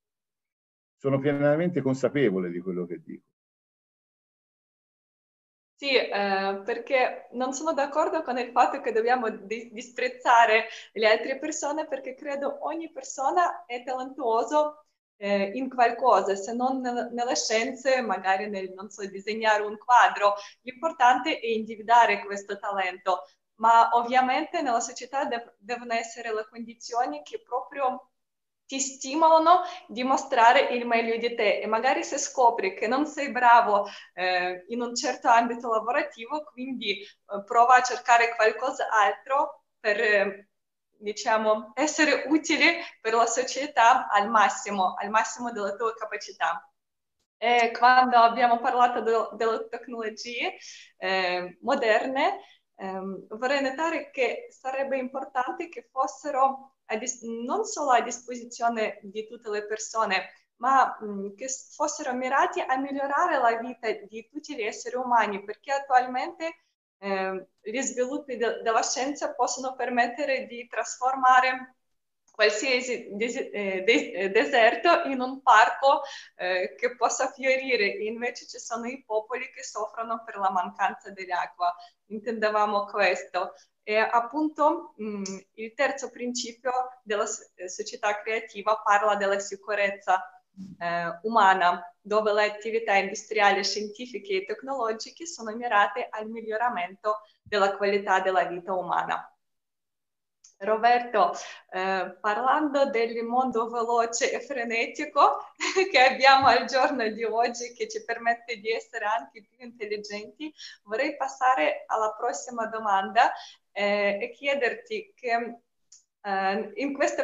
sono pienamente consapevole di quello che dico. Sì, perché non sono d'accordo con il fatto che dobbiamo disprezzare le altre persone, perché credo ogni persona è talentuoso in qualcosa, se non nelle scienze, magari nel, non so, disegnare un quadro. L'importante è individuare questo talento, ma ovviamente nella società devono essere le condizioni che proprio ti stimolano a dimostrare il meglio di te, e magari se scopri che non sei bravo in un certo ambito lavorativo, quindi prova a cercare qualcos'altro per, diciamo, essere utile per la società al massimo delle tue capacità. E quando abbiamo parlato delle tecnologie moderne, vorrei notare che sarebbe importante che fossero non solo a disposizione di tutte le persone, ma che fossero mirati a migliorare la vita di tutti gli esseri umani, perché attualmente gli sviluppi della scienza possono permettere di trasformare qualsiasi deserto in un parco che possa fiorire. Invece ci sono i popoli che soffrono per la mancanza dell'acqua. Intendevamo questo. E appunto il terzo principio della società creativa parla della sicurezza umana, dove le attività industriali, scientifiche e tecnologiche sono mirate al miglioramento della qualità della vita umana. Roberto, parlando del mondo veloce e frenetico che abbiamo al giorno di oggi, che ci permette di essere anche più intelligenti, vorrei passare alla prossima domanda e chiederti che in questa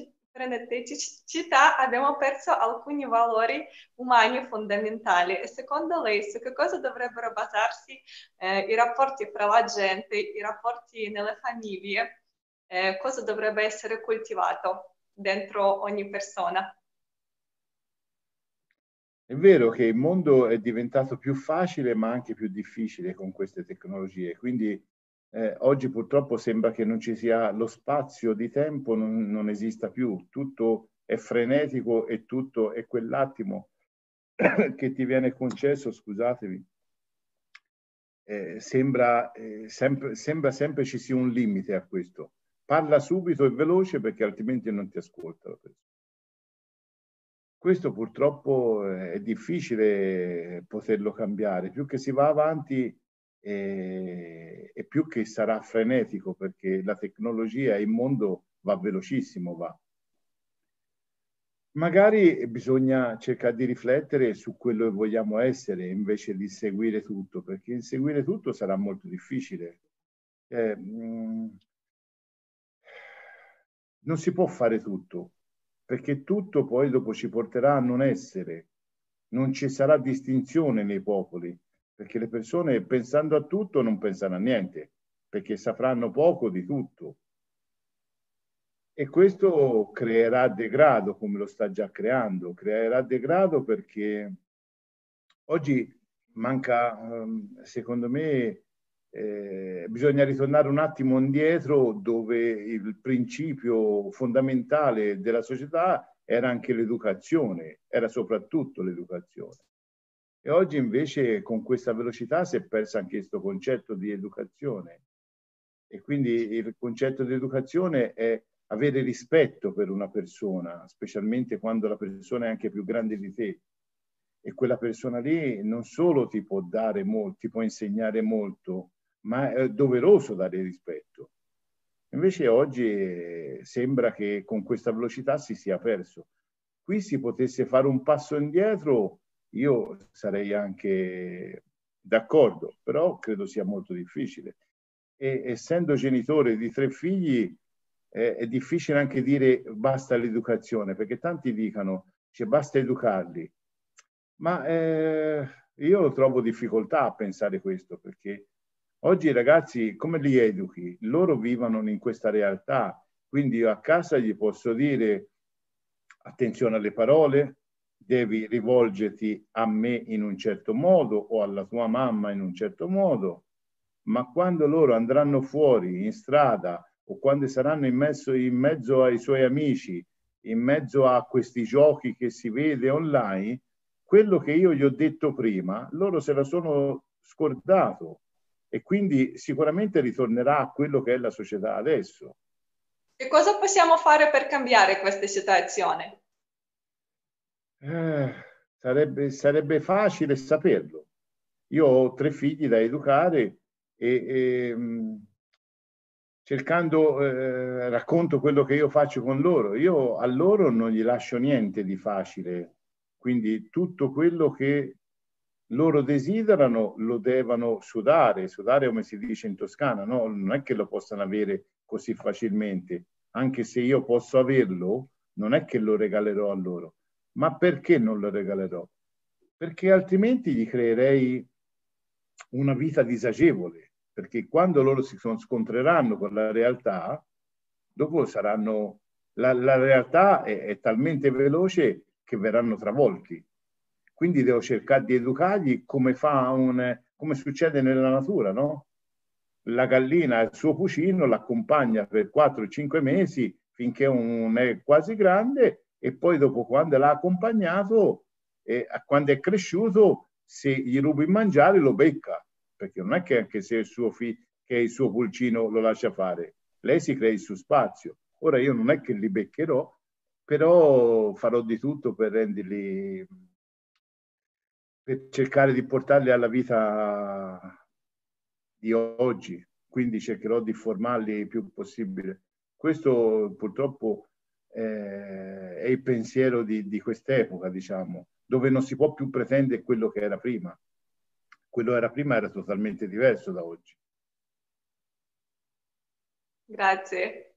freneticità abbiamo perso alcuni valori umani fondamentali, e secondo lei su che cosa dovrebbero basarsi i rapporti fra la gente, i rapporti nelle famiglie? Cosa dovrebbe essere coltivato dentro ogni persona? È vero che il mondo è diventato più facile ma anche più difficile con queste tecnologie, quindi oggi purtroppo sembra che non ci sia lo spazio di tempo, non esista più, tutto è frenetico e tutto è quell'attimo che ti viene concesso, scusatemi, sembra sempre ci sia un limite a questo. Parla subito e veloce perché altrimenti non ti ascolta la persona. Questo purtroppo è difficile poterlo cambiare. Più che si va avanti e più che sarà frenetico, perché la tecnologia e il mondo va velocissimo, va. Magari bisogna cercare di riflettere su quello che vogliamo essere invece di seguire tutto, perché inseguire tutto sarà molto difficile. Non si può fare tutto, perché tutto poi dopo ci porterà a non essere. Non ci sarà distinzione nei popoli, perché le persone pensando a tutto non pensano a niente, perché sapranno poco di tutto. E questo creerà degrado, come lo sta già creando. Creerà degrado perché oggi manca, secondo me, bisogna ritornare un attimo indietro, dove il principio fondamentale della società era anche l'educazione, era soprattutto l'educazione. E oggi invece con questa velocità si è perso anche questo concetto di educazione. E quindi il concetto di educazione è avere rispetto per una persona, specialmente quando la persona è anche più grande di te. E quella persona lì non solo ti può dare molto, ti può insegnare molto, ma è doveroso dare rispetto. Invece oggi sembra che con questa velocità si sia perso. Qui si potesse fare un passo indietro, io sarei anche d'accordo, però credo sia molto difficile. E essendo genitore di 3 figli, è difficile anche dire basta l'educazione, perché tanti dicono cioè, basta educarli. Ma io trovo difficoltà a pensare questo, perché oggi i ragazzi come li educhi? Loro vivono in questa realtà, quindi io a casa gli posso dire attenzione alle parole, devi rivolgerti a me in un certo modo o alla tua mamma in un certo modo, ma quando loro andranno fuori in strada o quando saranno in mezzo ai suoi amici, in mezzo a questi giochi che si vede online, quello che io gli ho detto prima, loro se la sono scordato e quindi sicuramente ritornerà a quello che è la società adesso. E cosa possiamo fare per cambiare questa situazione? Sarebbe facile saperlo. Io ho 3 figli da educare e cercando, racconto quello che io faccio con loro. Io a loro non gli lascio niente di facile, quindi tutto quello che loro desiderano lo devono sudare come si dice in Toscana, no? Non è che lo possano avere così facilmente, anche se io posso averlo, non è che lo regalerò a loro. Ma perché non lo regalerò? Perché altrimenti gli creerei una vita disagevole, perché quando loro si scontreranno con la realtà, dopo saranno... La realtà è talmente veloce che verranno travolti. Quindi devo cercare di educargli come come succede nella natura, no? La gallina il suo pucino l'accompagna per 4-5 mesi finché è quasi grande e poi dopo quando l'ha accompagnato, quando è cresciuto, se gli rubi il mangiare lo becca, perché non è che anche se che il suo pulcino lo lascia fare, lei si crea il suo spazio. Ora io non è che li beccherò, però farò di tutto per renderli, per cercare di portarli alla vita di oggi, quindi cercherò di formarli il più possibile. Questo purtroppo è il pensiero di quest'epoca, diciamo, dove non si può più pretendere quello che era prima. Quello che era prima era totalmente diverso da oggi. Grazie.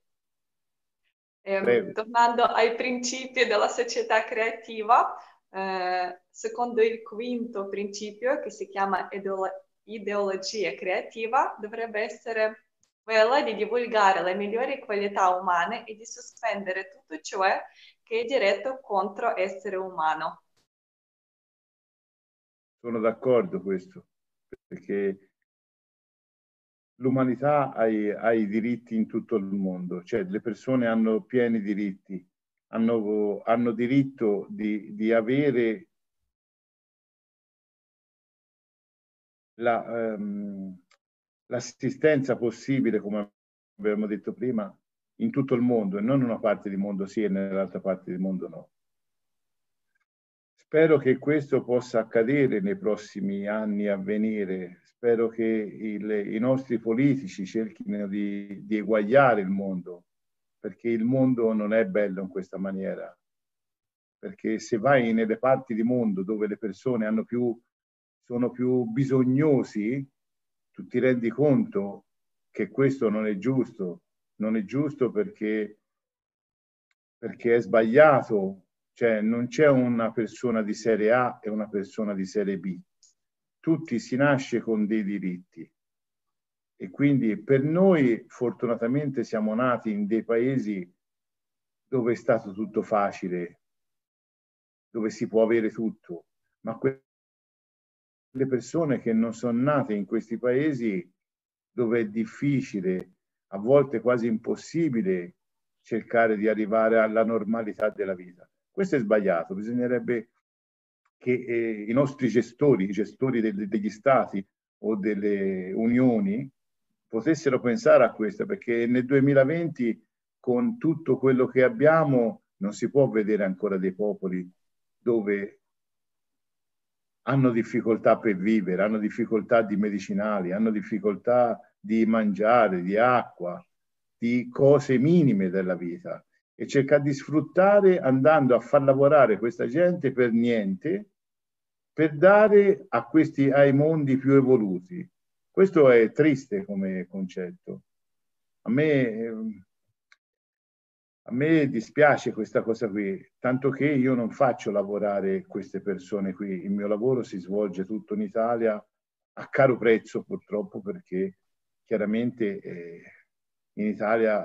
Tornando ai principi della società creativa, secondo il quinto principio, che si chiama ideologia creativa, dovrebbe essere quella di divulgare le migliori qualità umane e di sospendere tutto ciò che è diretto contro l'essere umano. Sono d'accordo con questo, perché l'umanità ha i diritti in tutto il mondo, cioè le persone hanno pieni diritti, hanno diritto di avere l'assistenza possibile, come abbiamo detto prima, in tutto il mondo e non in una parte del mondo sì e nell'altra parte del mondo no. Spero che questo possa accadere nei prossimi anni a venire. Spero che i nostri politici cerchino di eguagliare il mondo, perché il mondo non è bello in questa maniera. Perché se vai nelle parti del mondo dove le persone sono più bisognosi, tu ti rendi conto che questo non è giusto. Non è giusto perché è sbagliato. Cioè non c'è una persona di serie A e una persona di serie B. Tutti si nasce con dei diritti. E quindi per noi fortunatamente siamo nati in dei paesi dove è stato tutto facile, dove si può avere tutto, ma quelle persone che non sono nate in questi paesi dove è difficile, a volte quasi impossibile, cercare di arrivare alla normalità della vita. Questo è sbagliato, bisognerebbe che i nostri gestori, i gestori degli stati o delle unioni potessero pensare a questo, perché nel 2020 con tutto quello che abbiamo non si può vedere ancora dei popoli dove hanno difficoltà per vivere, hanno difficoltà di medicinali, hanno difficoltà di mangiare, di acqua, di cose minime della vita e cercare di sfruttare andando a far lavorare questa gente per niente per dare ai mondi più evoluti. Questo è triste come concetto. A me dispiace questa cosa qui, tanto che io non faccio lavorare queste persone qui. Il mio lavoro si svolge tutto in Italia a caro prezzo, purtroppo, perché chiaramente in Italia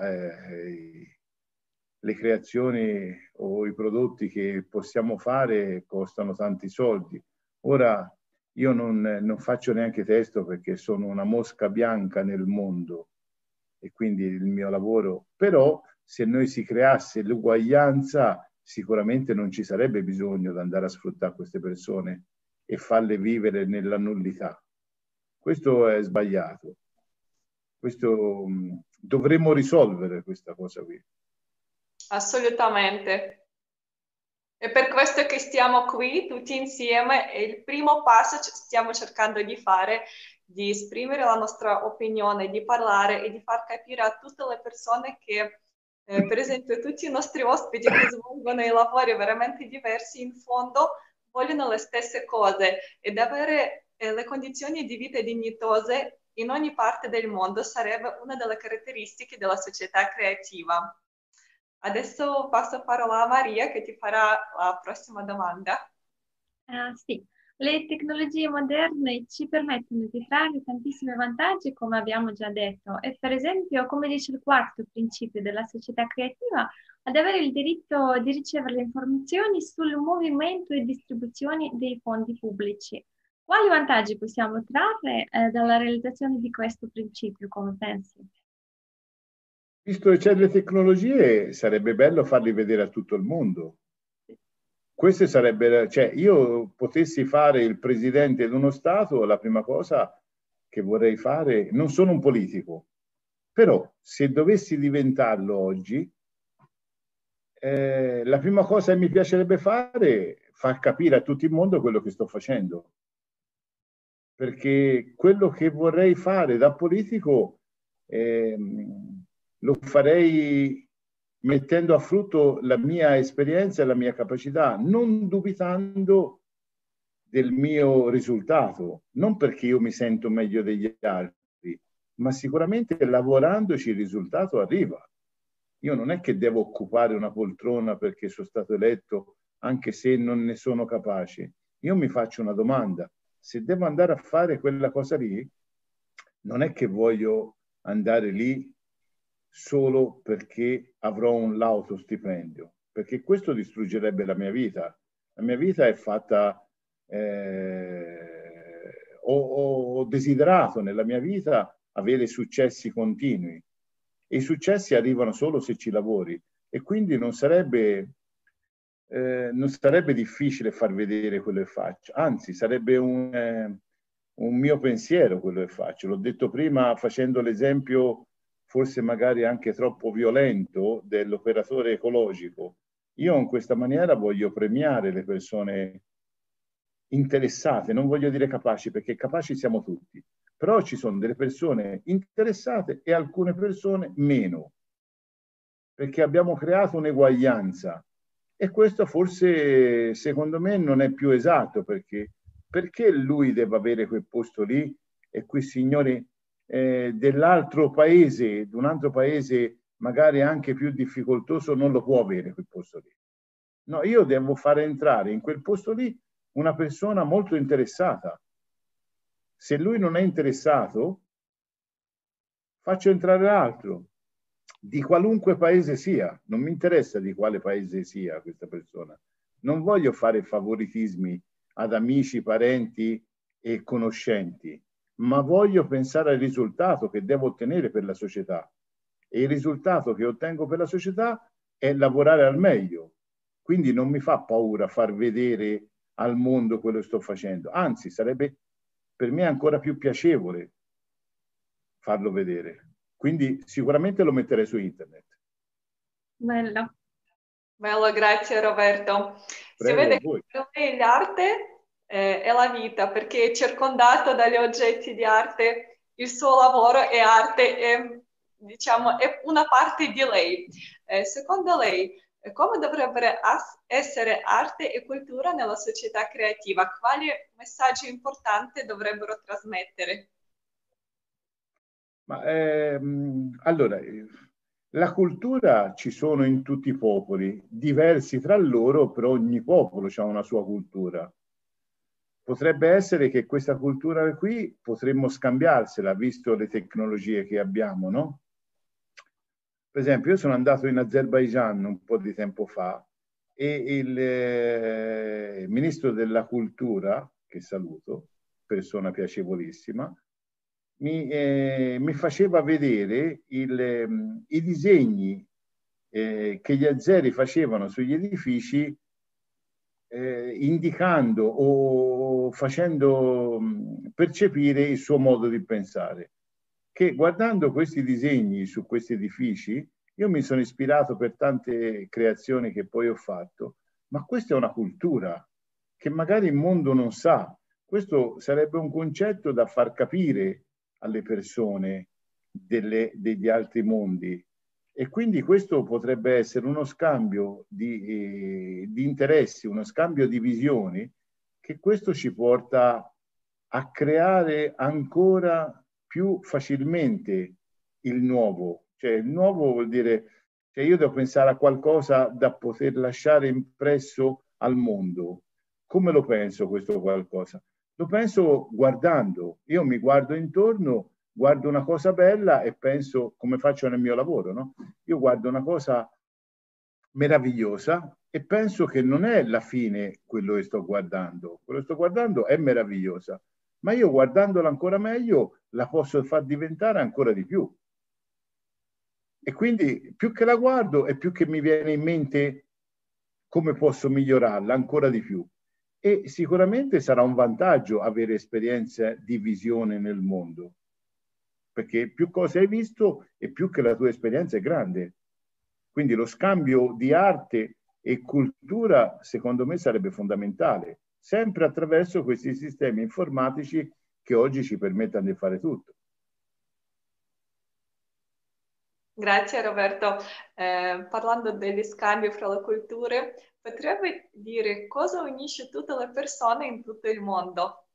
le creazioni o i prodotti che possiamo fare costano tanti soldi. Ora, io non faccio neanche testo perché sono una mosca bianca nel mondo e quindi il mio lavoro, però se noi si creasse l'uguaglianza sicuramente non ci sarebbe bisogno di andare a sfruttare queste persone e farle vivere nella nullità. Questo è sbagliato. Dovremmo risolvere questa cosa qui. Assolutamente. È per questo che stiamo qui tutti insieme e il primo passo stiamo cercando di fare, di esprimere la nostra opinione, di parlare e di far capire a tutte le persone che, per esempio, tutti i nostri ospiti che svolgono i lavori veramente diversi, in fondo vogliono le stesse cose ed avere le condizioni di vita dignitose in ogni parte del mondo sarebbe una delle caratteristiche della società creativa. Adesso passo la parola a Maria che ti farà la prossima domanda. Sì, le tecnologie moderne ci permettono di trarre tantissimi vantaggi, come abbiamo già detto, e per esempio, come dice il quarto principio della società creativa, ad avere il diritto di ricevere le informazioni sul movimento e distribuzione dei fondi pubblici. Quali vantaggi possiamo trarre dalla realizzazione di questo principio, come pensi? Visto che c'è le tecnologie, sarebbe bello farli vedere a tutto il mondo. Queste sarebbero, cioè, io potessi fare il presidente di uno Stato, la prima cosa che vorrei fare, non sono un politico, però se dovessi diventarlo oggi, la prima cosa che mi piacerebbe fare è far capire a tutto il mondo quello che sto facendo. Perché quello che vorrei fare da politico lo farei mettendo a frutto la mia esperienza e la mia capacità, non dubitando del mio risultato, non perché io mi sento meglio degli altri, ma sicuramente lavorandoci il risultato arriva. Io non è che devo occupare una poltrona perché sono stato eletto, anche se non ne sono capace. Io mi faccio una domanda: se devo andare a fare quella cosa lì, non è che voglio andare lì solo perché avrò un lauto stipendio, perché questo distruggerebbe la mia vita. La mia vita è fatta, ho desiderato nella mia vita avere successi continui e i successi arrivano solo se ci lavori e quindi non sarebbe difficile far vedere quello che faccio, anzi sarebbe un mio pensiero quello che faccio. L'ho detto prima facendo l'esempio forse magari anche troppo violento dell'operatore ecologico. Io in questa maniera voglio premiare le persone interessate, non voglio dire capaci perché capaci siamo tutti, però ci sono delle persone interessate e alcune persone meno, perché abbiamo creato un'eguaglianza. E questo forse, secondo me, non è più esatto, perché lui deve avere quel posto lì e quei signori dell'altro paese, di un altro paese magari anche più difficoltoso, non lo può avere quel posto lì. No, io devo fare entrare in quel posto lì una persona molto interessata. Se lui non è interessato, faccio entrare l'altro, di qualunque paese sia, non mi interessa di quale paese sia questa persona. Non voglio fare favoritismi ad amici, parenti e conoscenti, ma voglio pensare al risultato che devo ottenere per la società. E il risultato che ottengo per la società è lavorare al meglio. Quindi non mi fa paura far vedere al mondo quello che sto facendo. Anzi, sarebbe per me ancora più piacevole farlo vedere. Quindi sicuramente lo metterei su internet. Bello. Bello, grazie Roberto. Si Prego, vede voi. che per lei l'arte è la vita, perché è circondato dagli oggetti di arte, il suo lavoro è arte, diciamo, è una parte di lei. Secondo lei, come dovrebbero essere arte e cultura nella società creativa? Quali messaggi importanti dovrebbero trasmettere? Ma, allora, la cultura ci sono in tutti i popoli, diversi tra loro, però ogni popolo ha una sua cultura. Potrebbe essere che questa cultura qui potremmo scambiarsela, visto le tecnologie che abbiamo, no? Per esempio, io sono andato in Azerbaigian un po' di tempo fa e il ministro della cultura, che saluto, persona piacevolissima, mi faceva vedere i disegni che gli azeri facevano sugli edifici indicando o facendo percepire il suo modo di pensare. Che guardando questi disegni su questi edifici, io mi sono ispirato per tante creazioni che poi ho fatto, ma questa è una cultura che magari il mondo non sa. Questo sarebbe un concetto da far capire alle persone degli altri mondi. E quindi questo potrebbe essere uno scambio di interessi, uno scambio di visioni, che questo ci porta a creare ancora più facilmente il nuovo. Cioè il nuovo vuol dire, cioè io devo pensare a qualcosa da poter lasciare impresso al mondo. Come lo penso questo qualcosa? Lo penso guardando. Io mi guardo intorno, guardo una cosa bella e penso, come faccio nel mio lavoro, no? Io guardo una cosa meravigliosa e penso che non è la fine quello che sto guardando. Quello che sto guardando è meravigliosa, ma io guardandola ancora meglio la posso far diventare ancora di più. E quindi più che la guardo e più che mi viene in mente come posso migliorarla ancora di più. E sicuramente sarà un vantaggio avere esperienze di visione nel mondo, perché più cose hai visto e più che la tua esperienza è grande. Quindi lo scambio di arte e cultura, secondo me, sarebbe fondamentale, sempre attraverso questi sistemi informatici che oggi ci permettono di fare tutto. Grazie Roberto. Parlando degli scambi fra le culture, potrebbe dire cosa unisce tutte le persone in tutto il mondo?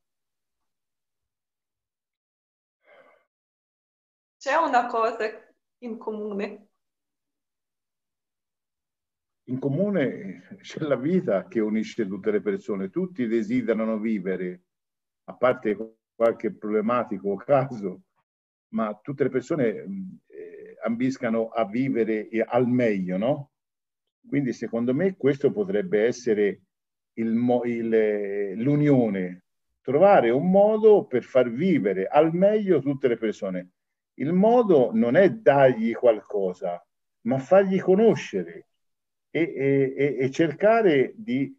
C'è una cosa in comune? In comune c'è la vita che unisce tutte le persone, tutti desiderano vivere, a parte qualche problematico caso, ma tutte le persone ambiscano a vivere al meglio, no? Quindi secondo me questo potrebbe essere l'unione, trovare un modo per far vivere al meglio tutte le persone. Il modo non è dargli qualcosa, ma fargli conoscere e cercare di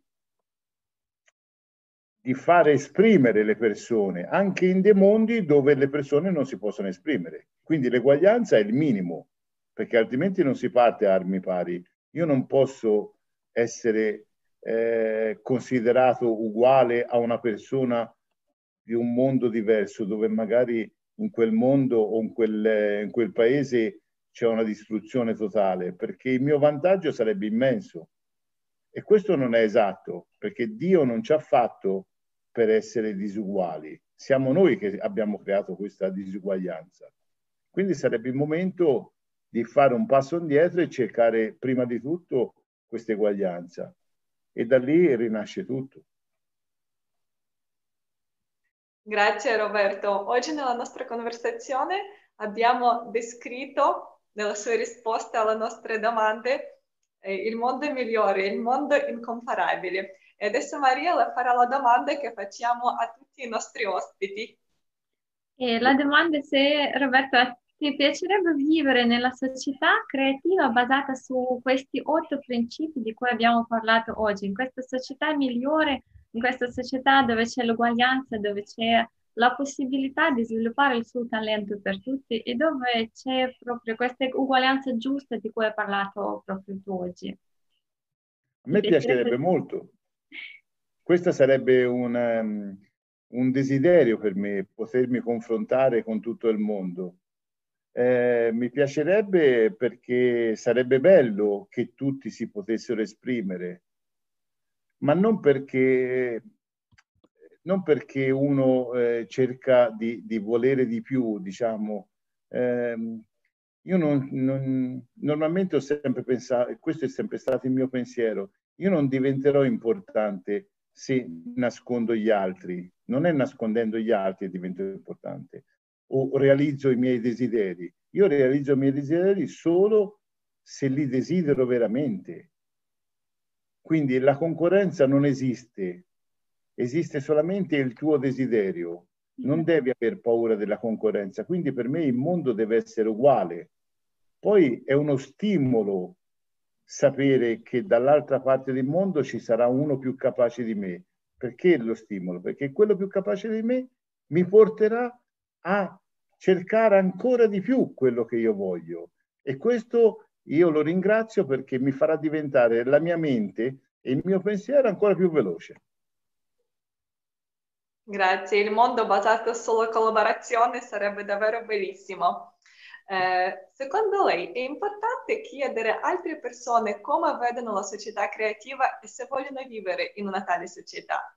fare esprimere le persone anche in dei mondi dove le persone non si possono esprimere. Quindi l'eguaglianza è il minimo, perché altrimenti non si parte a armi pari. Io non posso essere considerato uguale a una persona di un mondo diverso, dove magari in quel mondo o in quel paese c'è una distruzione totale, perché il mio vantaggio sarebbe immenso. E questo non è esatto, perché Dio non ci ha fatto per essere disuguali. Siamo noi che abbiamo creato questa disuguaglianza. Quindi sarebbe il momento di fare un passo indietro e cercare prima di tutto questa eguaglianza. E da lì rinasce tutto. Grazie Roberto. Oggi nella nostra conversazione abbiamo descritto nella sua risposta alle nostre domande il mondo migliore, il mondo incomparabile. E adesso Maria le farà la domanda che facciamo a tutti i nostri ospiti. E la domanda è se, Roberto, ti piacerebbe vivere nella società creativa basata su questi 8 principi di cui abbiamo parlato oggi, in questa società migliore, in questa società dove c'è l'uguaglianza, dove c'è la possibilità di sviluppare il suo talento per tutti e dove c'è proprio questa uguaglianza giusta di cui hai parlato proprio tu oggi. A me piacerebbe molto. Questo sarebbe un desiderio per me, potermi confrontare con tutto il mondo. Mi piacerebbe perché sarebbe bello che tutti si potessero esprimere, ma non perché uno cerca di volere di più, diciamo. Io normalmente ho sempre pensato, e questo è sempre stato il mio pensiero, io non diventerò importante se nascondo gli altri. Non è nascondendo gli altri che divento importante. O realizzo i miei desideri. Io realizzo i miei desideri solo se li desidero veramente. Quindi la concorrenza non esiste, esiste solamente il tuo desiderio. Non devi aver paura della concorrenza. Quindi per me il mondo deve essere uguale. Poi è uno stimolo sapere che dall'altra parte del mondo ci sarà uno più capace di me. Perché lo stimolo? Perché quello più capace di me mi porterà a cercare ancora di più quello che io voglio. E questo io lo ringrazio perché mi farà diventare la mia mente e il mio pensiero ancora più veloce. Grazie, il mondo basato sulla collaborazione sarebbe davvero bellissimo. Secondo lei è importante chiedere a altre persone come vedono la società creativa e se vogliono vivere in una tale società?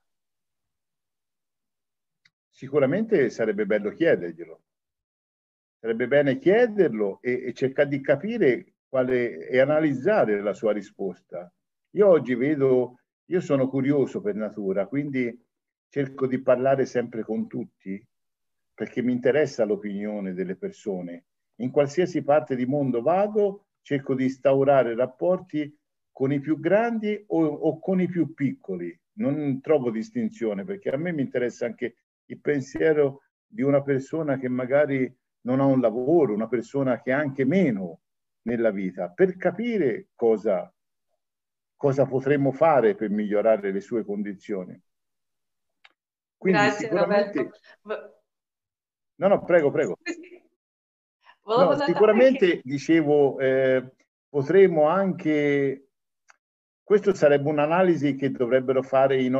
Sicuramente sarebbe bello chiederglielo. Sarebbe bene chiederlo e cercare di capire quale, e analizzare la sua risposta. Io oggi vedo, io sono curioso per natura, quindi cerco di parlare sempre con tutti perché mi interessa l'opinione delle persone. In qualsiasi parte di mondo vado, cerco di instaurare rapporti con i più grandi o con i più piccoli. Non trovo distinzione perché a me mi interessa anche il pensiero di una persona che magari non ha un lavoro, una persona che ha anche meno nella vita, per capire cosa potremmo fare per migliorare le sue condizioni. Quindi Grazie sicuramente... Roberto. No, prego, prego. Volevo No, notare che... sicuramente, dicevo, potremmo anche... Questo sarebbe un'analisi che dovrebbero fare i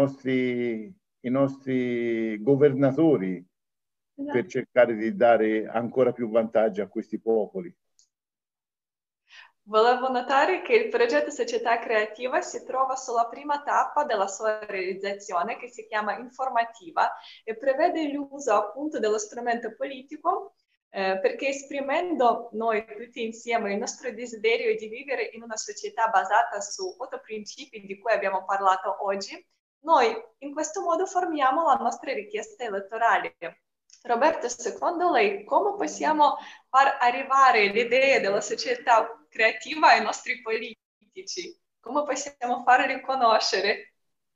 nostri governatori per cercare di dare ancora più vantaggio a questi popoli. Volevo notare che il progetto Società Creativa si trova sulla prima tappa della sua realizzazione, che si chiama informativa, e prevede l'uso appunto dello strumento politico, perché esprimendo noi tutti insieme il nostro desiderio di vivere in una società basata su 8 principi di cui abbiamo parlato oggi, noi in questo modo formiamo la nostra richiesta elettorale. Roberto, secondo lei come possiamo far arrivare l'idea della società creativa ai nostri politici? Come possiamo farli conoscere?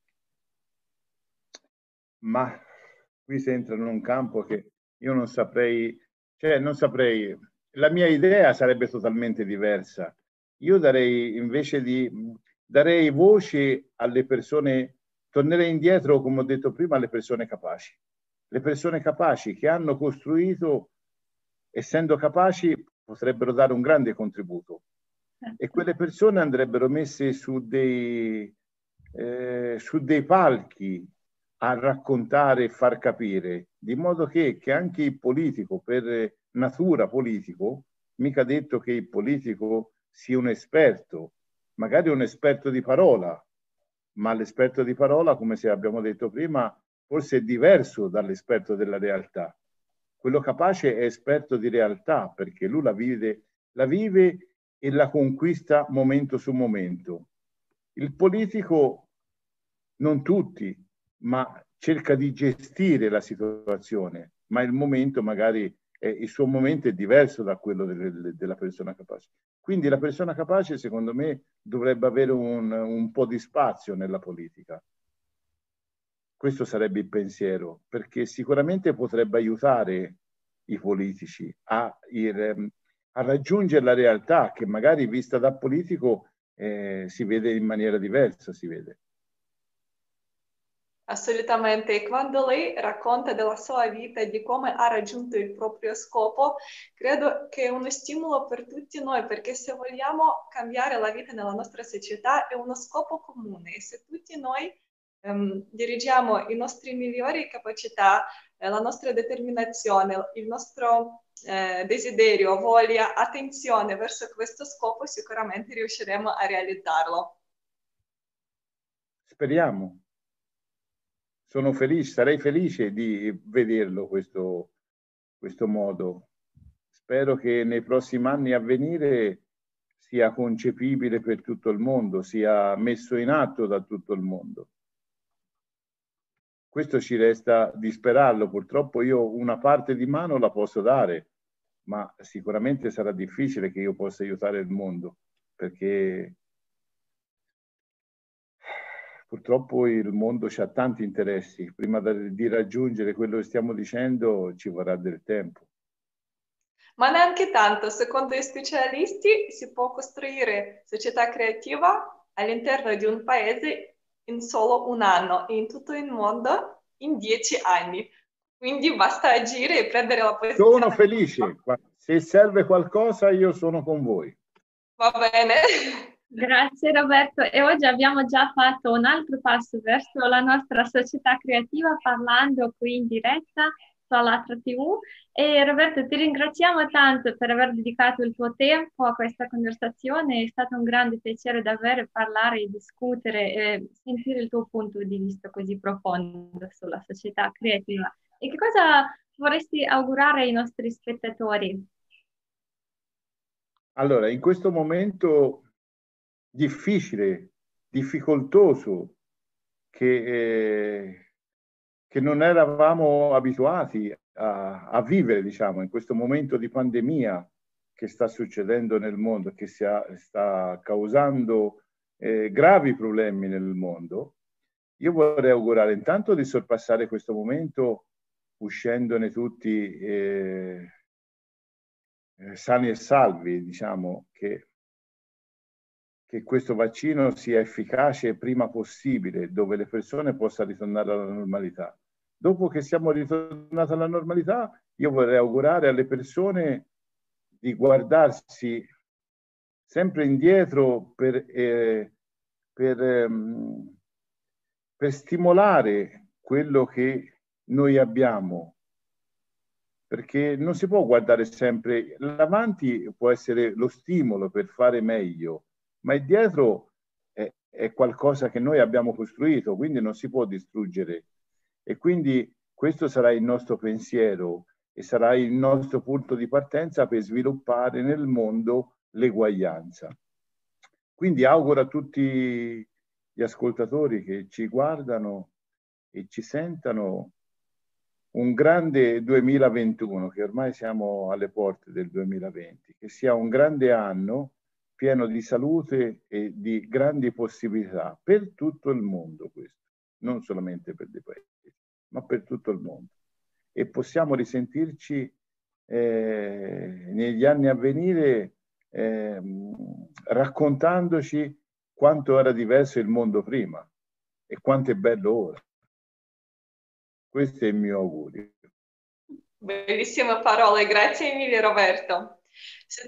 Ma qui si entra in un campo che io non saprei, cioè non saprei, la mia idea sarebbe totalmente diversa. Io darei, invece di, darei voce alle persone, tornerei indietro, come ho detto prima, alle persone capaci. Le persone capaci che hanno costruito, essendo capaci, potrebbero dare un grande contributo. E quelle persone andrebbero messe su dei palchi a raccontare e far capire, di modo che anche il politico, per natura politico, mica detto che il politico sia un esperto, magari un esperto di parola, ma l'esperto di parola, come se abbiamo detto prima, forse è diverso dall'esperto della realtà. Quello capace è esperto di realtà, perché lui la vive e la conquista momento su momento. Il politico, non tutti, ma cerca di gestire la situazione, ma il momento magari, il suo momento è diverso da quello della persona capace. Quindi la persona capace, secondo me, dovrebbe avere un po' di spazio nella politica. Questo sarebbe il pensiero, perché sicuramente potrebbe aiutare i politici a raggiungere la realtà che magari vista da politico si vede in maniera diversa, si vede. Assolutamente, e quando lei racconta della sua vita e di come ha raggiunto il proprio scopo, credo che è uno stimolo per tutti noi, perché se vogliamo cambiare la vita nella nostra società è uno scopo comune e se tutti noi dirigiamo i nostri migliori capacità, la nostra determinazione, il nostro desiderio, voglia, attenzione verso questo scopo, sicuramente riusciremo a realizzarlo. Speriamo. Sono felice, sarei felice di vederlo questo modo. Spero che nei prossimi anni a venire sia concepibile per tutto il mondo, sia messo in atto da tutto il mondo. Questo ci resta di sperarlo. Purtroppo io una parte di mano la posso dare, ma sicuramente sarà difficile che io possa aiutare il mondo, perché purtroppo il mondo ha tanti interessi. Prima di raggiungere quello che stiamo dicendo ci vorrà del tempo. Ma neanche tanto, secondo gli specialisti si può costruire società creativa all'interno di un paese in solo un anno e in tutto il mondo in 10 anni. Quindi basta agire e prendere la Sono posizione. felice. Se serve qualcosa, io sono con voi. Va bene. Grazie Roberto, e oggi abbiamo già fatto un altro passo verso la nostra società creativa parlando qui in diretta su Alatra TV. E Roberto, ti ringraziamo tanto per aver dedicato il tuo tempo a questa conversazione, è stato un grande piacere davvero parlare e discutere e sentire il tuo punto di vista così profondo sulla società creativa. E che cosa vorresti augurare ai nostri spettatori? Allora, in questo momento difficile, difficoltoso, che non eravamo abituati a vivere, diciamo, in questo momento di pandemia che sta succedendo nel mondo, che sta causando gravi problemi nel mondo. Io vorrei augurare intanto di sorpassare questo momento uscendone tutti sani e salvi, diciamo, che questo vaccino sia efficace prima possibile, dove le persone possano ritornare alla normalità. Dopo che siamo ritornati alla normalità, io vorrei augurare alle persone di guardarsi sempre indietro per stimolare quello che noi abbiamo, perché non si può guardare sempre l'avanti, può essere lo stimolo per fare meglio, ma il dietro è qualcosa che noi abbiamo costruito, quindi non si può distruggere. E quindi questo sarà il nostro pensiero e sarà il nostro punto di partenza per sviluppare nel mondo l'eguaglianza. Quindi auguro a tutti gli ascoltatori che ci guardano e ci sentano un grande 2021, che ormai siamo alle porte del 2020, che sia un grande anno pieno di salute e di grandi possibilità per tutto il mondo, questo, non solamente per dei paesi, ma per tutto il mondo. E possiamo risentirci negli anni a venire raccontandoci quanto era diverso il mondo prima e quanto è bello ora. Questo è il mio augurio. Bellissime parole, grazie mille Roberto. Se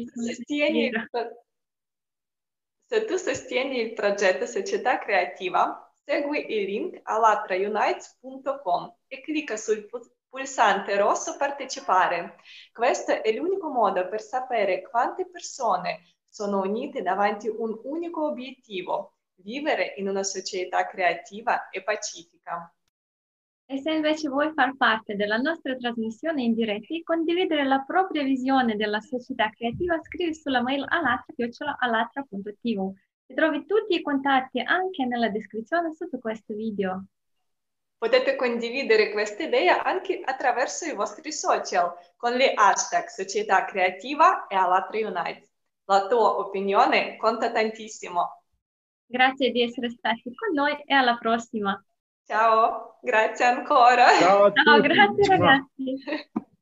tu sostieni il progetto Società Creativa, segui il link alatraunites.com e clicca sul pulsante rosso Partecipare. Questo è l'unico modo per sapere quante persone sono unite davanti a un unico obiettivo: vivere in una società creativa e pacifica. E se invece vuoi far parte della nostra trasmissione in diretta e condividere la propria visione della società creativa, scrivi sulla mail alatra@alatra.tv. E trovi tutti i contatti anche nella descrizione sotto questo video. Potete condividere questa idea anche attraverso i vostri social con le hashtag Società Creativa e Alatra Unites. La tua opinione conta tantissimo. Grazie di essere stati con noi e alla prossima. Ciao, grazie ancora. Ciao a tutti. Ciao, grazie ragazzi.